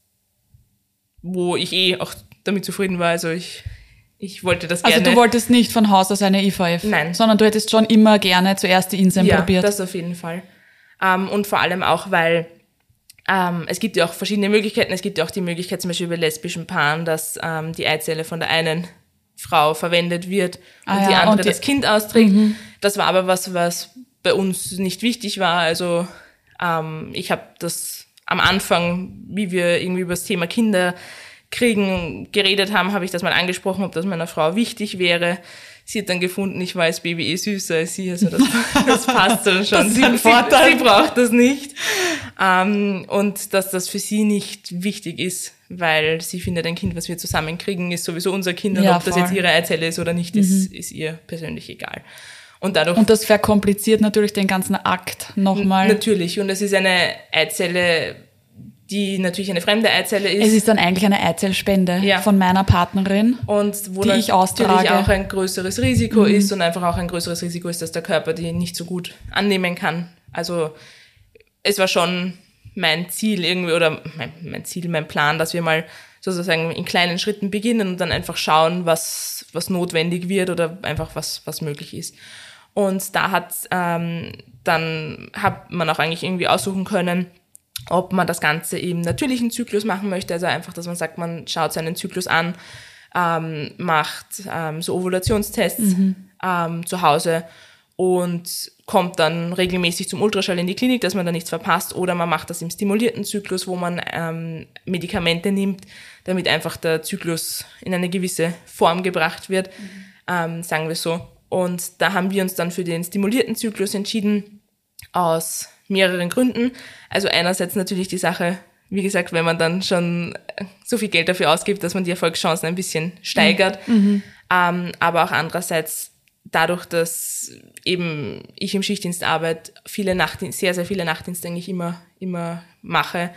wo ich auch damit zufrieden war. Also ich wollte das gerne. Also du wolltest nicht von Haus aus eine IVF? Nein. Sondern du hättest schon immer gerne zuerst die Insem probiert? Ja, das auf jeden Fall. Und vor allem auch, weil es gibt ja auch verschiedene Möglichkeiten. Es gibt ja auch die Möglichkeit zum Beispiel bei lesbischen Paaren, dass die Eizelle von der einen Frau verwendet wird und die andere das Kind austrägt. Das war aber was bei uns nicht wichtig war. Also ich habe das am Anfang, wie wir irgendwie über das Thema Kinder kriegen geredet haben, habe ich das mal angesprochen, ob das meiner Frau wichtig wäre. Sie hat dann gefunden, ich war als Baby süßer als sie, also das passt dann schon. Sie braucht das nicht. Und dass das für sie nicht wichtig ist, weil sie findet, ein Kind, was wir zusammen kriegen, ist sowieso unser Kind. Und ob das jetzt ihre Eizelle ist oder nicht, ist ihr persönlich egal. Und das verkompliziert natürlich den ganzen Akt nochmal. Natürlich. Und es ist eine Eizelle, die natürlich eine fremde Eizelle ist. Es ist dann eigentlich eine Eizellspende von meiner Partnerin, und wo die ich austrage. Natürlich auch ein größeres Risiko ist und einfach auch ein größeres Risiko ist, dass der Körper die nicht so gut annehmen kann. Also es war schon mein Ziel irgendwie, oder mein Plan, dass wir mal sozusagen in kleinen Schritten beginnen und dann einfach schauen, was notwendig wird oder einfach was möglich ist. Und da hat man auch eigentlich irgendwie aussuchen können, ob man das Ganze im natürlichen Zyklus machen möchte, also einfach, dass man sagt, man schaut seinen Zyklus an, macht so Ovulationstests zu Hause und kommt dann regelmäßig zum Ultraschall in die Klinik, dass man da nichts verpasst, oder man macht das im stimulierten Zyklus, wo man Medikamente nimmt, damit einfach der Zyklus in eine gewisse Form gebracht wird, sagen wir so. Und da haben wir uns dann für den stimulierten Zyklus entschieden, aus mehreren Gründen. Also einerseits natürlich die Sache, wie gesagt, wenn man dann schon so viel Geld dafür ausgibt, dass man die Erfolgschancen ein bisschen steigert. Aber auch andererseits dadurch, dass eben ich im Schichtdienst arbeite, sehr, sehr viele Nachtdienste eigentlich immer mache,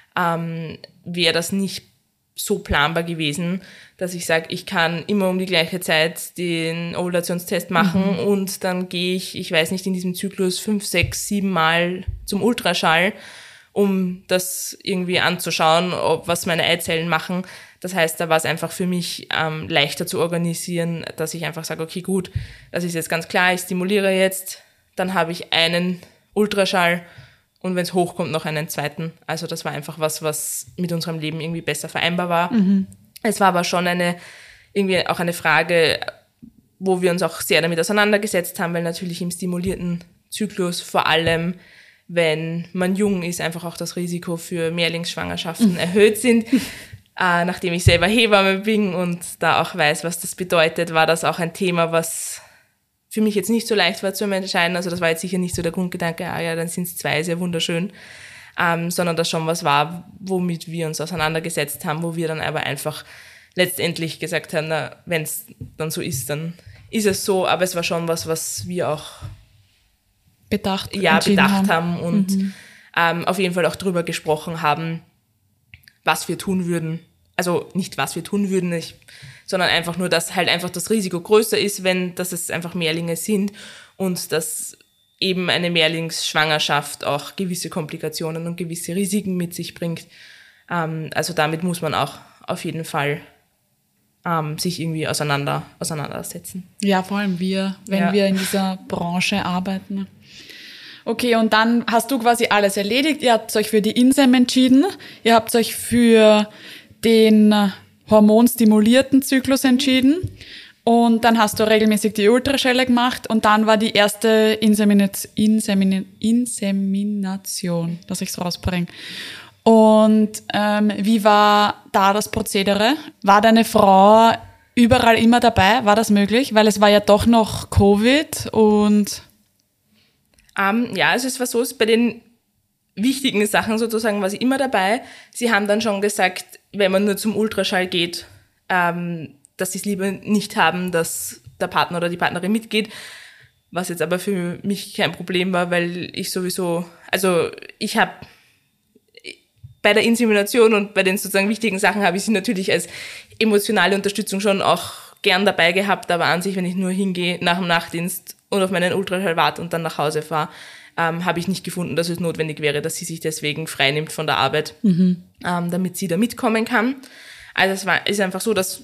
wäre das nicht so planbar gewesen, dass ich sage, ich kann immer um die gleiche Zeit den Ovulationstest machen und dann gehe ich weiß nicht, in diesem Zyklus 5, 6, 7 Mal zum Ultraschall, um das irgendwie anzuschauen, was meine Eizellen machen. Das heißt, da war es einfach für mich leichter zu organisieren, dass ich einfach sage, okay, gut, das ist jetzt ganz klar, ich stimuliere jetzt, dann habe ich einen Ultraschall und wenn es hochkommt, noch einen zweiten. Also das war einfach was mit unserem Leben irgendwie besser vereinbar war. Es war aber schon irgendwie auch eine Frage, wo wir uns auch sehr damit auseinandergesetzt haben, weil natürlich im stimulierten Zyklus, vor allem wenn man jung ist, einfach auch das Risiko für Mehrlingsschwangerschaften erhöht sind. Nachdem ich selber Hebamme bin und da auch weiß, was das bedeutet, war das auch ein Thema, was für mich jetzt nicht so leicht war zu entscheiden. Also das war jetzt sicher nicht so der Grundgedanke, dann sind es 2, sehr wunderschön, sondern das schon was war, womit wir uns auseinandergesetzt haben, wo wir dann aber einfach letztendlich gesagt haben, wenn es dann so ist, dann ist es so. Aber es war schon was wir auch bedacht haben und auf jeden Fall auch drüber gesprochen haben, was wir tun würden. Also nicht, was wir tun würden, sondern einfach nur, dass halt einfach das Risiko größer ist, dass es einfach Mehrlinge sind und dass eben eine Mehrlingsschwangerschaft auch gewisse Komplikationen und gewisse Risiken mit sich bringt. Also damit muss man auch auf jeden Fall sich irgendwie auseinandersetzen. Ja, vor allem wenn wir in dieser Branche arbeiten. Okay, und dann hast du quasi alles erledigt. Ihr habt euch für die Insem entschieden. Ihr habt euch für den hormonstimulierten Zyklus entschieden. Und dann hast du regelmäßig die Ultraschelle gemacht. Und dann war die erste Insemination, dass ich es rausbringe. Und wie war da das Prozedere? War deine Frau überall immer dabei? War das möglich? Weil es war ja doch noch Covid und... Ja, also es war so, bei den wichtigen Sachen sozusagen war sie immer dabei. Sie haben dann schon gesagt, wenn man nur zum Ultraschall geht, dass sie es lieber nicht haben, dass der Partner oder die Partnerin mitgeht, was jetzt aber für mich kein Problem war, weil ich sowieso, also ich habe bei der Insemination und bei den sozusagen wichtigen Sachen habe ich sie natürlich als emotionale Unterstützung schon auch gern dabei gehabt, aber an sich, wenn ich nur hingehe nach dem Nachtdienst und auf meinen Ultraschall warte und dann nach Hause fahre, habe ich nicht gefunden, dass es notwendig wäre, dass sie sich deswegen freinimmt von der Arbeit, damit sie da mitkommen kann. Also ist einfach so, dass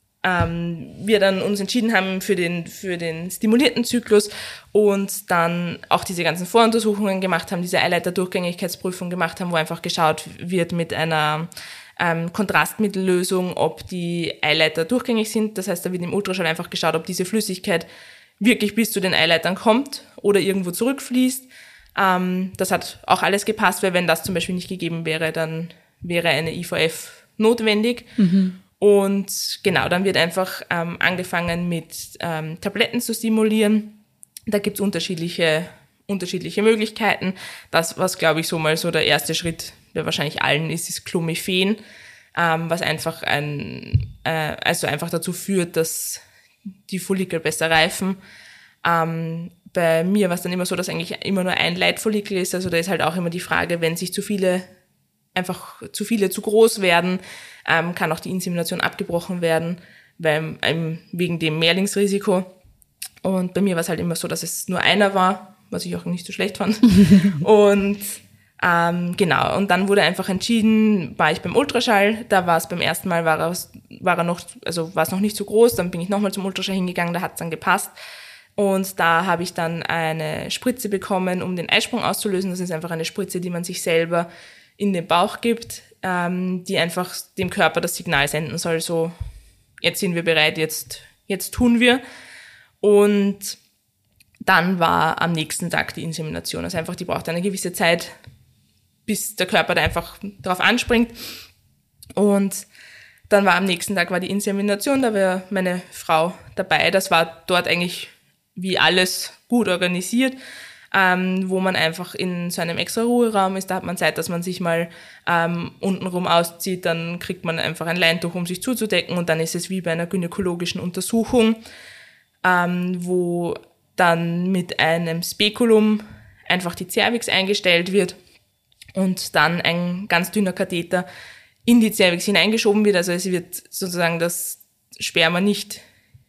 wir dann uns entschieden haben für den stimulierten Zyklus und dann auch diese ganzen Voruntersuchungen gemacht haben, diese Eileiter-Durchgängigkeitsprüfung gemacht haben, wo einfach geschaut wird mit einer Kontrastmittellösung, ob die Eileiter durchgängig sind. Das heißt, da wird im Ultraschall einfach geschaut, ob diese Flüssigkeit wirklich bis zu den Eileitern kommt oder irgendwo zurückfließt. Das hat auch alles gepasst, weil wenn das zum Beispiel nicht gegeben wäre, dann wäre eine IVF notwendig. Und genau, dann wird einfach angefangen mit Tabletten zu stimulieren. Da gibt's unterschiedliche Möglichkeiten. Das, was glaube ich so mal so der erste Schritt, der wahrscheinlich allen ist Clomiphen, was einfach einfach dazu führt, dass die Follikel besser reifen. Bei mir war es dann immer so, dass eigentlich immer nur ein Leitfollikel ist. Also da ist halt auch immer die Frage, wenn sich zu viele zu groß werden, kann auch die Insemination abgebrochen werden, wegen dem Mehrlingsrisiko. Und bei mir war es halt immer so, dass es nur einer war, was ich auch nicht so schlecht fand. Und genau, und dann wurde einfach entschieden, war ich beim Ultraschall, da war es beim ersten Mal, war es noch nicht so groß, dann bin ich nochmal zum Ultraschall hingegangen, da hat es dann gepasst. Und da habe ich dann eine Spritze bekommen, um den Eisprung auszulösen. Das ist einfach eine Spritze, die man sich selber in den Bauch gibt, die einfach dem Körper das Signal senden soll, so, jetzt sind wir bereit, jetzt tun wir. Und dann war am nächsten Tag die Insemination. Also einfach, die braucht eine gewisse Zeit, bis der Körper da einfach drauf anspringt. Und dann war am nächsten Tag die Insemination, da war meine Frau dabei. Das war dort eigentlich wie alles gut organisiert, wo man einfach in so einem extra Ruheraum ist. Da hat man Zeit, dass man sich mal untenrum auszieht, dann kriegt man einfach ein Leintuch, um sich zuzudecken, und dann ist es wie bei einer gynäkologischen Untersuchung, wo dann mit einem Spekulum einfach die Cervix eingestellt wird und dann ein ganz dünner Katheter in die Cervix hineingeschoben wird. Also es wird sozusagen das Sperma nicht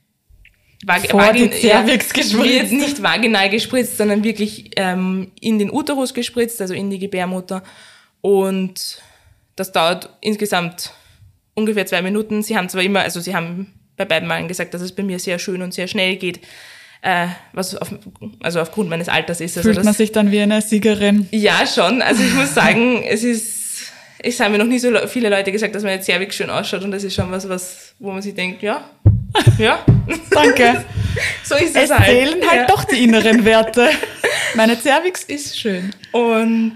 gespritzt. Nicht vaginal gespritzt, sondern wirklich in den Uterus gespritzt, also in die Gebärmutter. Und das dauert insgesamt ungefähr 2 Minuten. Sie haben bei beiden Malen gesagt, dass es bei mir sehr schön und sehr schnell geht, was aufgrund meines Alters ist. Also Fühlt man sich dann wie eine Siegerin? Ja, schon. Also ich muss sagen, es haben mir noch nie so viele Leute gesagt, dass meine Cervix schön ausschaut, und das ist schon was, wo man sich denkt, ja. Danke. So ist es halt. Es zählen halt doch die inneren Werte. Meine Cervix ist schön. Und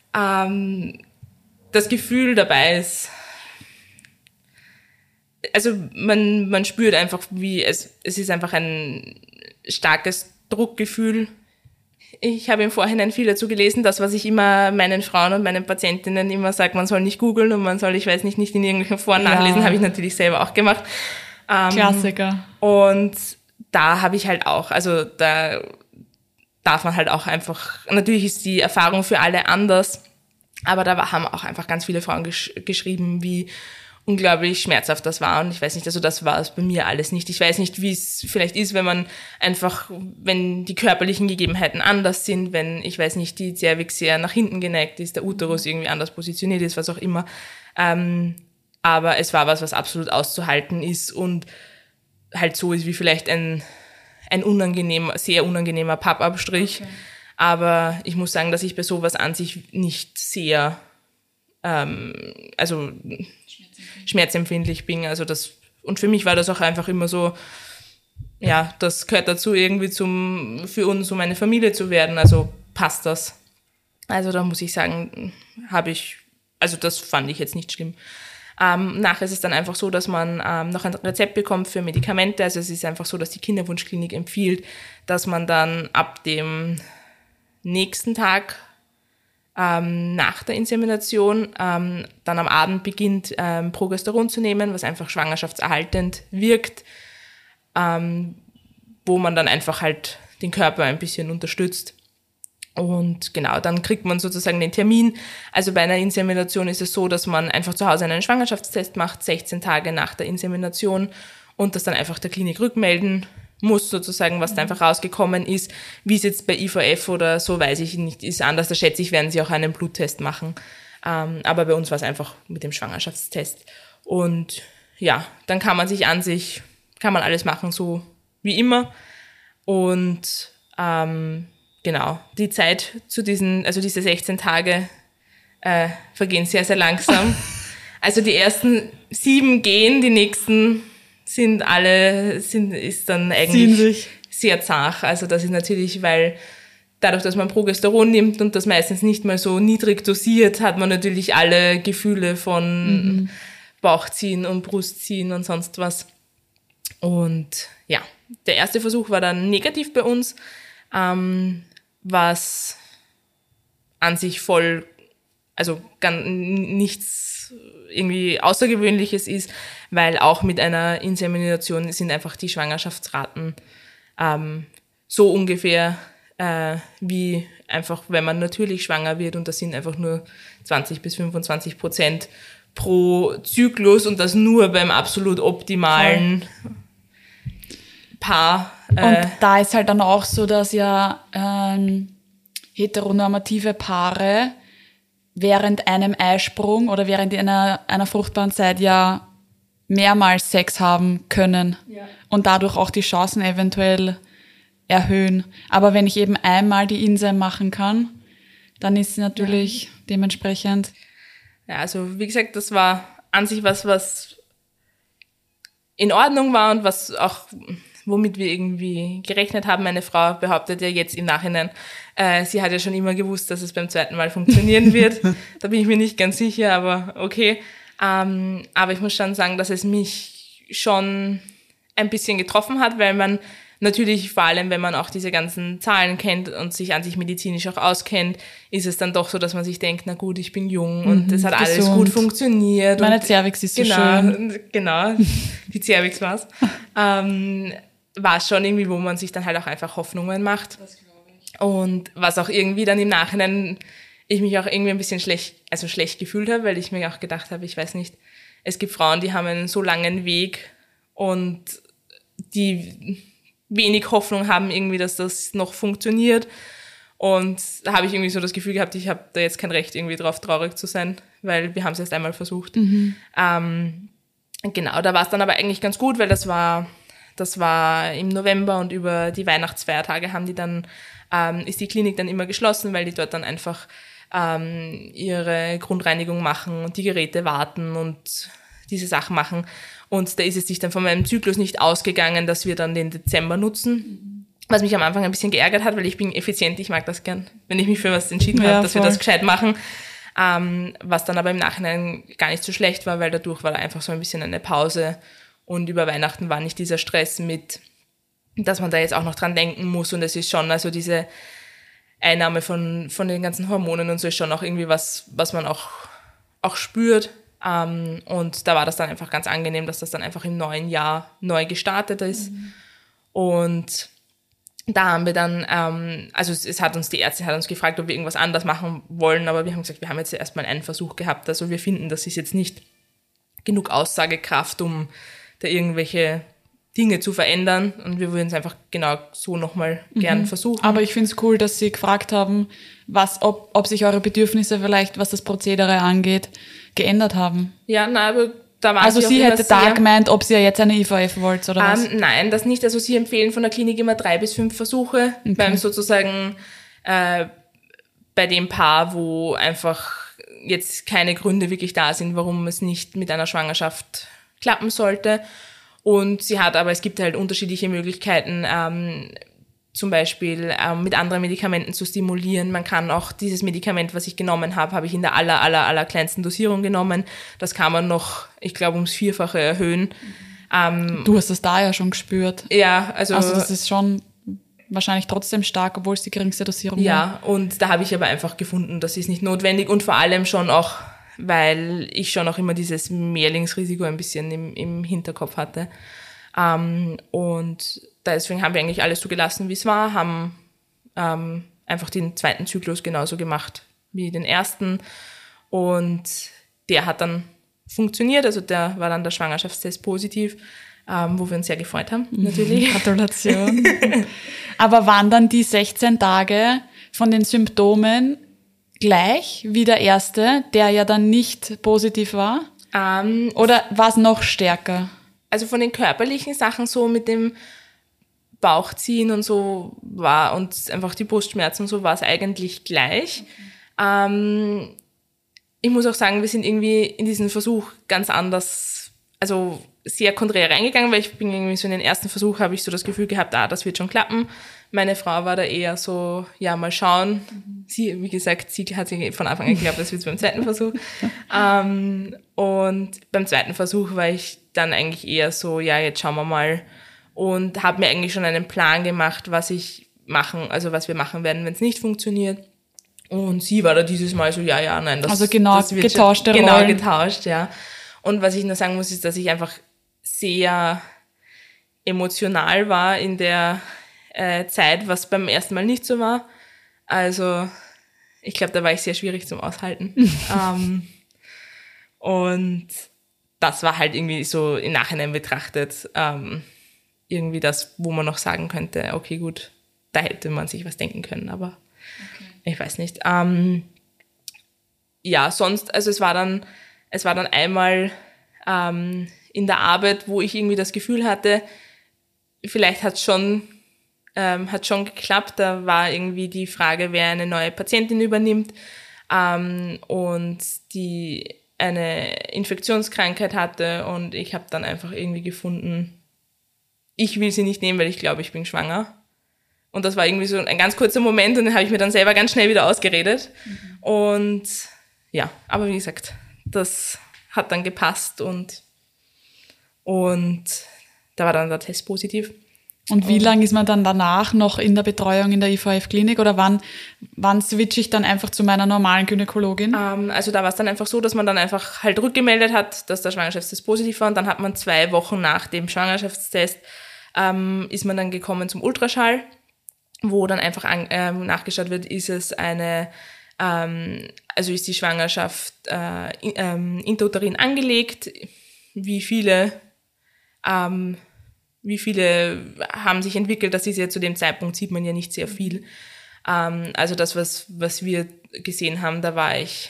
das Gefühl dabei ist, also man spürt einfach, wie es ist einfach ein starkes Druckgefühl. Ich habe im Vorhinein viel dazu gelesen, das, was ich immer meinen Frauen und meinen Patientinnen immer sage, man soll nicht googeln und man soll, ich weiß nicht in irgendwelchen Foren nachlesen, habe ich natürlich selber auch gemacht. Klassiker. Und da habe ich halt auch, also da darf man halt auch einfach, natürlich ist die Erfahrung für alle anders, aber da haben auch einfach ganz viele Frauen geschrieben, wie unglaublich schmerzhaft das war, und ich weiß nicht, also das war es bei mir alles nicht. Ich weiß nicht, wie es vielleicht ist, wenn die körperlichen Gegebenheiten anders sind, wenn, ich weiß nicht, die Cervix sehr nach hinten geneigt ist, der Uterus irgendwie anders positioniert ist, was auch immer. Aber es war was absolut auszuhalten ist und halt so ist wie vielleicht ein sehr unangenehmer Pappabstrich. Okay. Aber ich muss sagen, dass ich bei sowas an sich nicht sehr, schmerzempfindlich bin. Also und für mich war das auch einfach immer so, ja, das gehört dazu, irgendwie für uns, um eine Familie zu werden. Also passt das. Also da muss ich sagen, das fand ich jetzt nicht schlimm. Nachher ist es dann einfach so, dass man noch ein Rezept bekommt für Medikamente. Also es ist einfach so, dass die Kinderwunschklinik empfiehlt, dass man dann ab dem nächsten Tag nach der Insemination dann am Abend beginnt, Progesteron zu nehmen, was einfach schwangerschaftserhaltend wirkt, wo man dann einfach halt den Körper ein bisschen unterstützt. Und genau, dann kriegt man sozusagen den Termin. Also bei einer Insemination ist es so, dass man einfach zu Hause einen Schwangerschaftstest macht, 16 Tage nach der Insemination, und das dann einfach der Klinik rückmelden muss, sozusagen, was da einfach rausgekommen ist. Wie es jetzt bei IVF oder so, weiß ich nicht, ist anders. Da schätze ich, werden sie auch einen Bluttest machen. Aber bei uns war es einfach mit dem Schwangerschaftstest. Und ja, dann kann man alles machen, so wie immer. Und genau, die Zeit diese 16 Tage vergehen sehr, sehr langsam. Also die ersten 7 gehen, die nächsten ist dann eigentlich sehr zart. Also das ist natürlich, weil dadurch, dass man Progesteron nimmt und das meistens nicht mal so niedrig dosiert, hat man natürlich alle Gefühle von Bauchziehen und Brustziehen und sonst was. Und ja, der erste Versuch war dann negativ bei uns, was an sich nichts irgendwie Außergewöhnliches ist, weil auch mit einer Insemination sind einfach die Schwangerschaftsraten so ungefähr wie einfach, wenn man natürlich schwanger wird, und das sind einfach nur 20-25% pro Zyklus, und das nur beim absolut optimalen Paar. Und da ist halt dann auch so, dass ja heteronormative Paare während einem Eisprung oder während einer fruchtbaren Zeit ja mehrmals Sex haben können und dadurch auch die Chancen eventuell erhöhen. Aber wenn ich eben einmal die Inse machen kann, dann ist sie natürlich dementsprechend. Ja, also wie gesagt, das war an sich was in Ordnung war und was auch, womit wir irgendwie gerechnet haben. Meine Frau behauptet ja jetzt im Nachhinein, sie hat ja schon immer gewusst, dass es beim zweiten Mal funktionieren wird. Da bin ich mir nicht ganz sicher, aber okay. Aber ich muss schon sagen, dass es mich schon ein bisschen getroffen hat, weil man natürlich, vor allem wenn man auch diese ganzen Zahlen kennt und sich an sich medizinisch auch auskennt, ist es dann doch so, dass man sich denkt, na gut, ich bin jung und es hat alles gut funktioniert. Meine Cervix ist so schön. Genau, die Cervix war's. War schon irgendwie, wo man sich dann halt auch einfach Hoffnungen macht. Das glaube ich. Und was auch irgendwie dann im Nachhinein ich mich auch irgendwie ein bisschen schlecht gefühlt habe, weil ich mir auch gedacht habe, ich weiß nicht, es gibt Frauen, die haben einen so langen Weg und die wenig Hoffnung haben irgendwie, dass das noch funktioniert. Und da habe ich irgendwie so das Gefühl gehabt, ich habe da jetzt kein Recht irgendwie drauf, traurig zu sein, weil wir haben es erst einmal versucht. Genau, da war es dann aber eigentlich ganz gut, weil das war im November und über die Weihnachtsfeiertage ist die Klinik dann immer geschlossen, weil die dort dann einfach ihre Grundreinigung machen und die Geräte warten und diese Sachen machen. Und da ist es sich dann von meinem Zyklus nicht ausgegangen, dass wir dann den Dezember nutzen. Was mich am Anfang ein bisschen geärgert hat, weil ich bin effizient, ich mag das gern, wenn ich mich für was entschieden habe, dass wir das gescheit machen. Was dann aber im Nachhinein gar nicht so schlecht war, weil dadurch war da einfach so ein bisschen eine Pause. Und über Weihnachten war nicht dieser Stress mit, dass man da jetzt auch noch dran denken muss. Und es ist schon, also diese Einnahme von den ganzen Hormonen und so ist schon auch irgendwie was man auch spürt. Und da war das dann einfach ganz angenehm, dass das dann einfach im neuen Jahr neu gestartet ist. Und da haben wir dann, die Ärztin hat uns gefragt, ob wir irgendwas anders machen wollen, aber wir haben gesagt, wir haben jetzt erstmal einen Versuch gehabt. Also wir finden, das ist jetzt nicht genug Aussagekraft, um da irgendwelche Dinge zu verändern, und wir würden es einfach genau so nochmal gern versuchen. Aber ich finde es cool, dass Sie gefragt haben, ob sich eure Bedürfnisse vielleicht, was das Prozedere angeht, geändert haben. Ja, aber da waren also sie hätte da gemeint, ob Sie ja jetzt eine IVF wollt, oder was? Nein, das nicht. Also sie empfehlen von der Klinik immer 3 bis 5 Versuche, beim sozusagen bei dem Paar, wo einfach jetzt keine Gründe wirklich da sind, warum es nicht mit einer Schwangerschaft klappen sollte. Und es gibt halt unterschiedliche Möglichkeiten, zum Beispiel mit anderen Medikamenten zu stimulieren. Man kann auch dieses Medikament, was ich genommen habe ich in der aller kleinsten Dosierung genommen. Das kann man noch, ich glaube, ums 4-fache erhöhen. Du hast das da ja schon gespürt. Ja, also das ist schon wahrscheinlich trotzdem stark, obwohl es die geringste Dosierung war. Ja, und da habe ich aber einfach gefunden, das ist nicht notwendig und vor allem schon auch, weil ich schon auch immer dieses Mehrlingsrisiko ein bisschen im Hinterkopf hatte. Und deswegen haben wir eigentlich alles so gelassen, wie es war, haben einfach den zweiten Zyklus genauso gemacht wie den ersten. Und der hat dann funktioniert, also der war dann der Schwangerschaftstest positiv, wo wir uns sehr gefreut haben, natürlich. Gratulation. Aber waren dann die 16 Tage von den Symptomen gleich wie der erste, der ja dann nicht positiv war? Oder war es noch stärker? Also von den körperlichen Sachen so mit dem Bauchziehen und so war und einfach die Brustschmerzen und so war es eigentlich gleich. Ich muss auch sagen, wir sind irgendwie in diesen Versuch ganz anders, also sehr konträr reingegangen, weil ich bin irgendwie so in den ersten Versuch, habe ich so das Gefühl gehabt, das wird schon klappen. Meine Frau war da eher so, ja, mal schauen. Sie, wie gesagt, sie hat sich von Anfang an geglaubt, das wird beim zweiten Versuch. Und beim zweiten Versuch war ich dann eigentlich eher so, ja, jetzt schauen wir mal. Und habe mir eigentlich schon einen Plan gemacht, was wir machen werden, wenn es nicht funktioniert. Und sie war da dieses Mal so, ja, nein, das also genau, das wird getauschte schon, Rollen. Genau, getauscht, ja. Und was ich nur sagen muss, ist, dass ich einfach sehr emotional war in der Zeit, was beim ersten Mal nicht so war. Also ich glaube, da war ich sehr schwierig zum Aushalten. Und das war halt irgendwie so im Nachhinein betrachtet irgendwie das, wo man noch sagen könnte, okay, gut, da hätte man sich was denken können, aber ich weiß nicht. Ja, sonst, also es war dann einmal in der Arbeit, wo ich irgendwie das Gefühl hatte, vielleicht hat schon geklappt. Da war irgendwie die Frage, wer eine neue Patientin übernimmt und die eine Infektionskrankheit hatte und ich habe dann einfach irgendwie gefunden, ich will sie nicht nehmen, weil ich glaube, ich bin schwanger. Und das war irgendwie so ein ganz kurzer Moment und den habe ich mir dann selber ganz schnell wieder ausgeredet. Und ja, aber wie gesagt, das hat dann gepasst und da war dann der Test positiv. Und wie lange ist man dann danach noch in der Betreuung in der IVF-Klinik oder wann switche ich dann einfach zu meiner normalen Gynäkologin? Also da war es dann einfach so, dass man dann einfach halt rückgemeldet hat, dass der Schwangerschaftstest positiv war und dann hat man 2 Wochen nach dem Schwangerschaftstest ist man dann gekommen zum Ultraschall, wo dann einfach nachgeschaut wird, ist es ist die Schwangerschaft intrauterin angelegt, wie viele haben sich entwickelt, das ist ja zu dem Zeitpunkt, sieht man ja nicht sehr viel. Also das, was wir gesehen haben, da war ich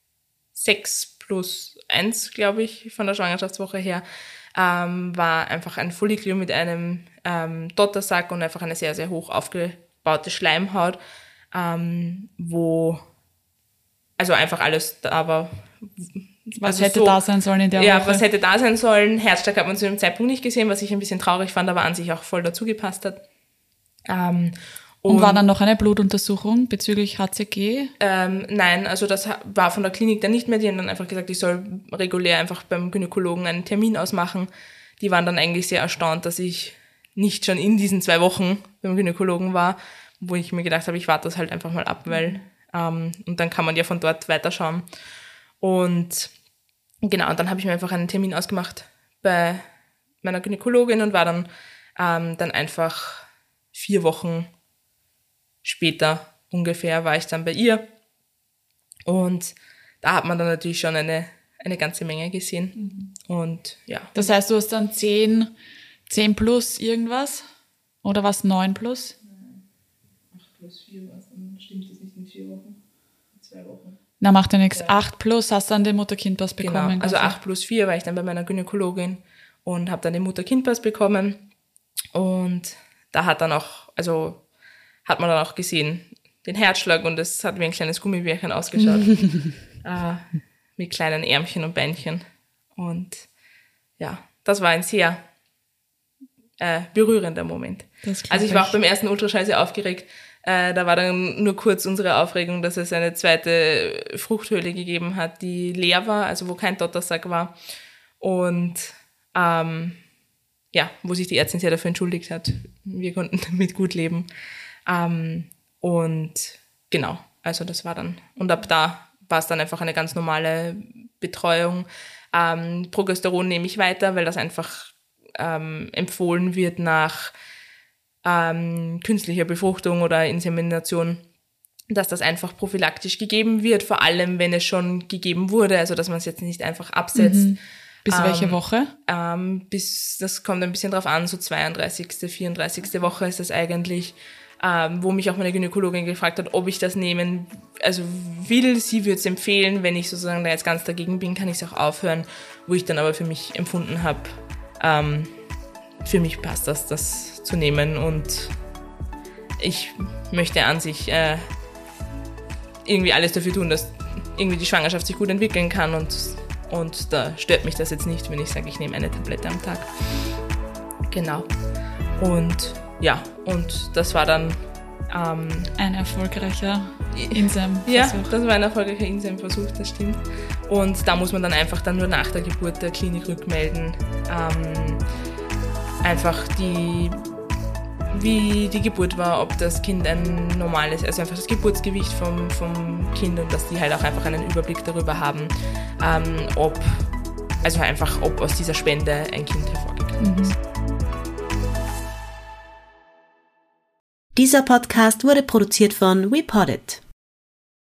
6+1, glaube ich, von der Schwangerschaftswoche her, war einfach ein Follikel mit einem Dottersack und einfach eine sehr, sehr hoch aufgebaute Schleimhaut, wo also einfach alles da war. Was hätte da sein sollen in der Woche? Ja, was hätte da sein sollen. Herzschlag hat man zu dem Zeitpunkt nicht gesehen, was ich ein bisschen traurig fand, aber an sich auch voll dazu gepasst hat. Und war dann noch eine Blutuntersuchung bezüglich HCG? Nein, also das war von der Klinik dann nicht mehr. Die haben dann einfach gesagt, ich soll regulär einfach beim Gynäkologen einen Termin ausmachen. Die waren dann eigentlich sehr erstaunt, dass ich nicht schon in diesen 2 Wochen beim Gynäkologen war, wo ich mir gedacht habe, ich warte das halt einfach mal ab, weil und dann kann man ja von dort weiterschauen. Und genau, und dann habe ich mir einfach einen Termin ausgemacht bei meiner Gynäkologin und war dann einfach 4 Wochen später ungefähr war ich dann bei ihr. Und da hat man dann natürlich schon eine ganze Menge gesehen. Und ja. Das heißt, du hast dann 10 plus irgendwas? Oder was 9 plus? 8+4 war es, dann stimmt das nicht in 4 Wochen, in 2 Wochen. Na, macht ja nichts. 8 plus hast du dann den Mutter-Kind-Pass bekommen. Genau, also 8+4 war ich dann bei meiner Gynäkologin und habe dann den Mutter-Kind-Pass bekommen. Und da hat man dann auch gesehen, den Herzschlag und es hat wie ein kleines Gummibärchen ausgeschaut. Mit kleinen Ärmchen und Beinchen. Und ja, das war ein sehr berührender Moment. Also ich war auch beim ersten Ultraschall sehr aufgeregt. Da war dann nur kurz unsere Aufregung, dass es eine zweite Fruchthöhle gegeben hat, die leer war, also wo kein Dottersack war. Und wo sich die Ärztin sehr dafür entschuldigt hat, wir konnten damit gut leben. Und genau, also das war dann, und ab da war es dann einfach eine ganz normale Betreuung. Progesteron nehme ich weiter, weil das einfach empfohlen wird nach künstlicher Befruchtung oder Insemination, dass das einfach prophylaktisch gegeben wird, vor allem wenn es schon gegeben wurde, also dass man es jetzt nicht einfach absetzt. Bis welche Woche? Das kommt ein bisschen drauf an, so 32., 34. Woche ist das eigentlich, wo mich auch meine Gynäkologin gefragt hat, ob ich das nehmen will. Sie würde es empfehlen, wenn ich sozusagen da jetzt ganz dagegen bin, kann ich es auch aufhören, wo ich dann aber für mich empfunden habe, für mich passt das zu nehmen und ich möchte an sich irgendwie alles dafür tun, dass irgendwie die Schwangerschaft sich gut entwickeln kann und da stört mich das jetzt nicht, wenn ich sage, ich nehme eine Tablette am Tag. Genau. Und ja, und das war dann ein erfolgreicher INSEM-Versuch. Ja, das war ein erfolgreicher INSEM-Versuch, das stimmt. Und da muss man dann einfach nur nach der Geburt der Klinik rückmelden, einfach wie die Geburt war, ob das Kind ein normales, also einfach das Geburtsgewicht vom Kind und dass die halt auch einfach einen Überblick darüber haben, ob aus dieser Spende ein Kind hervorgegangen ist. Dieser Podcast wurde produziert von WePoddit.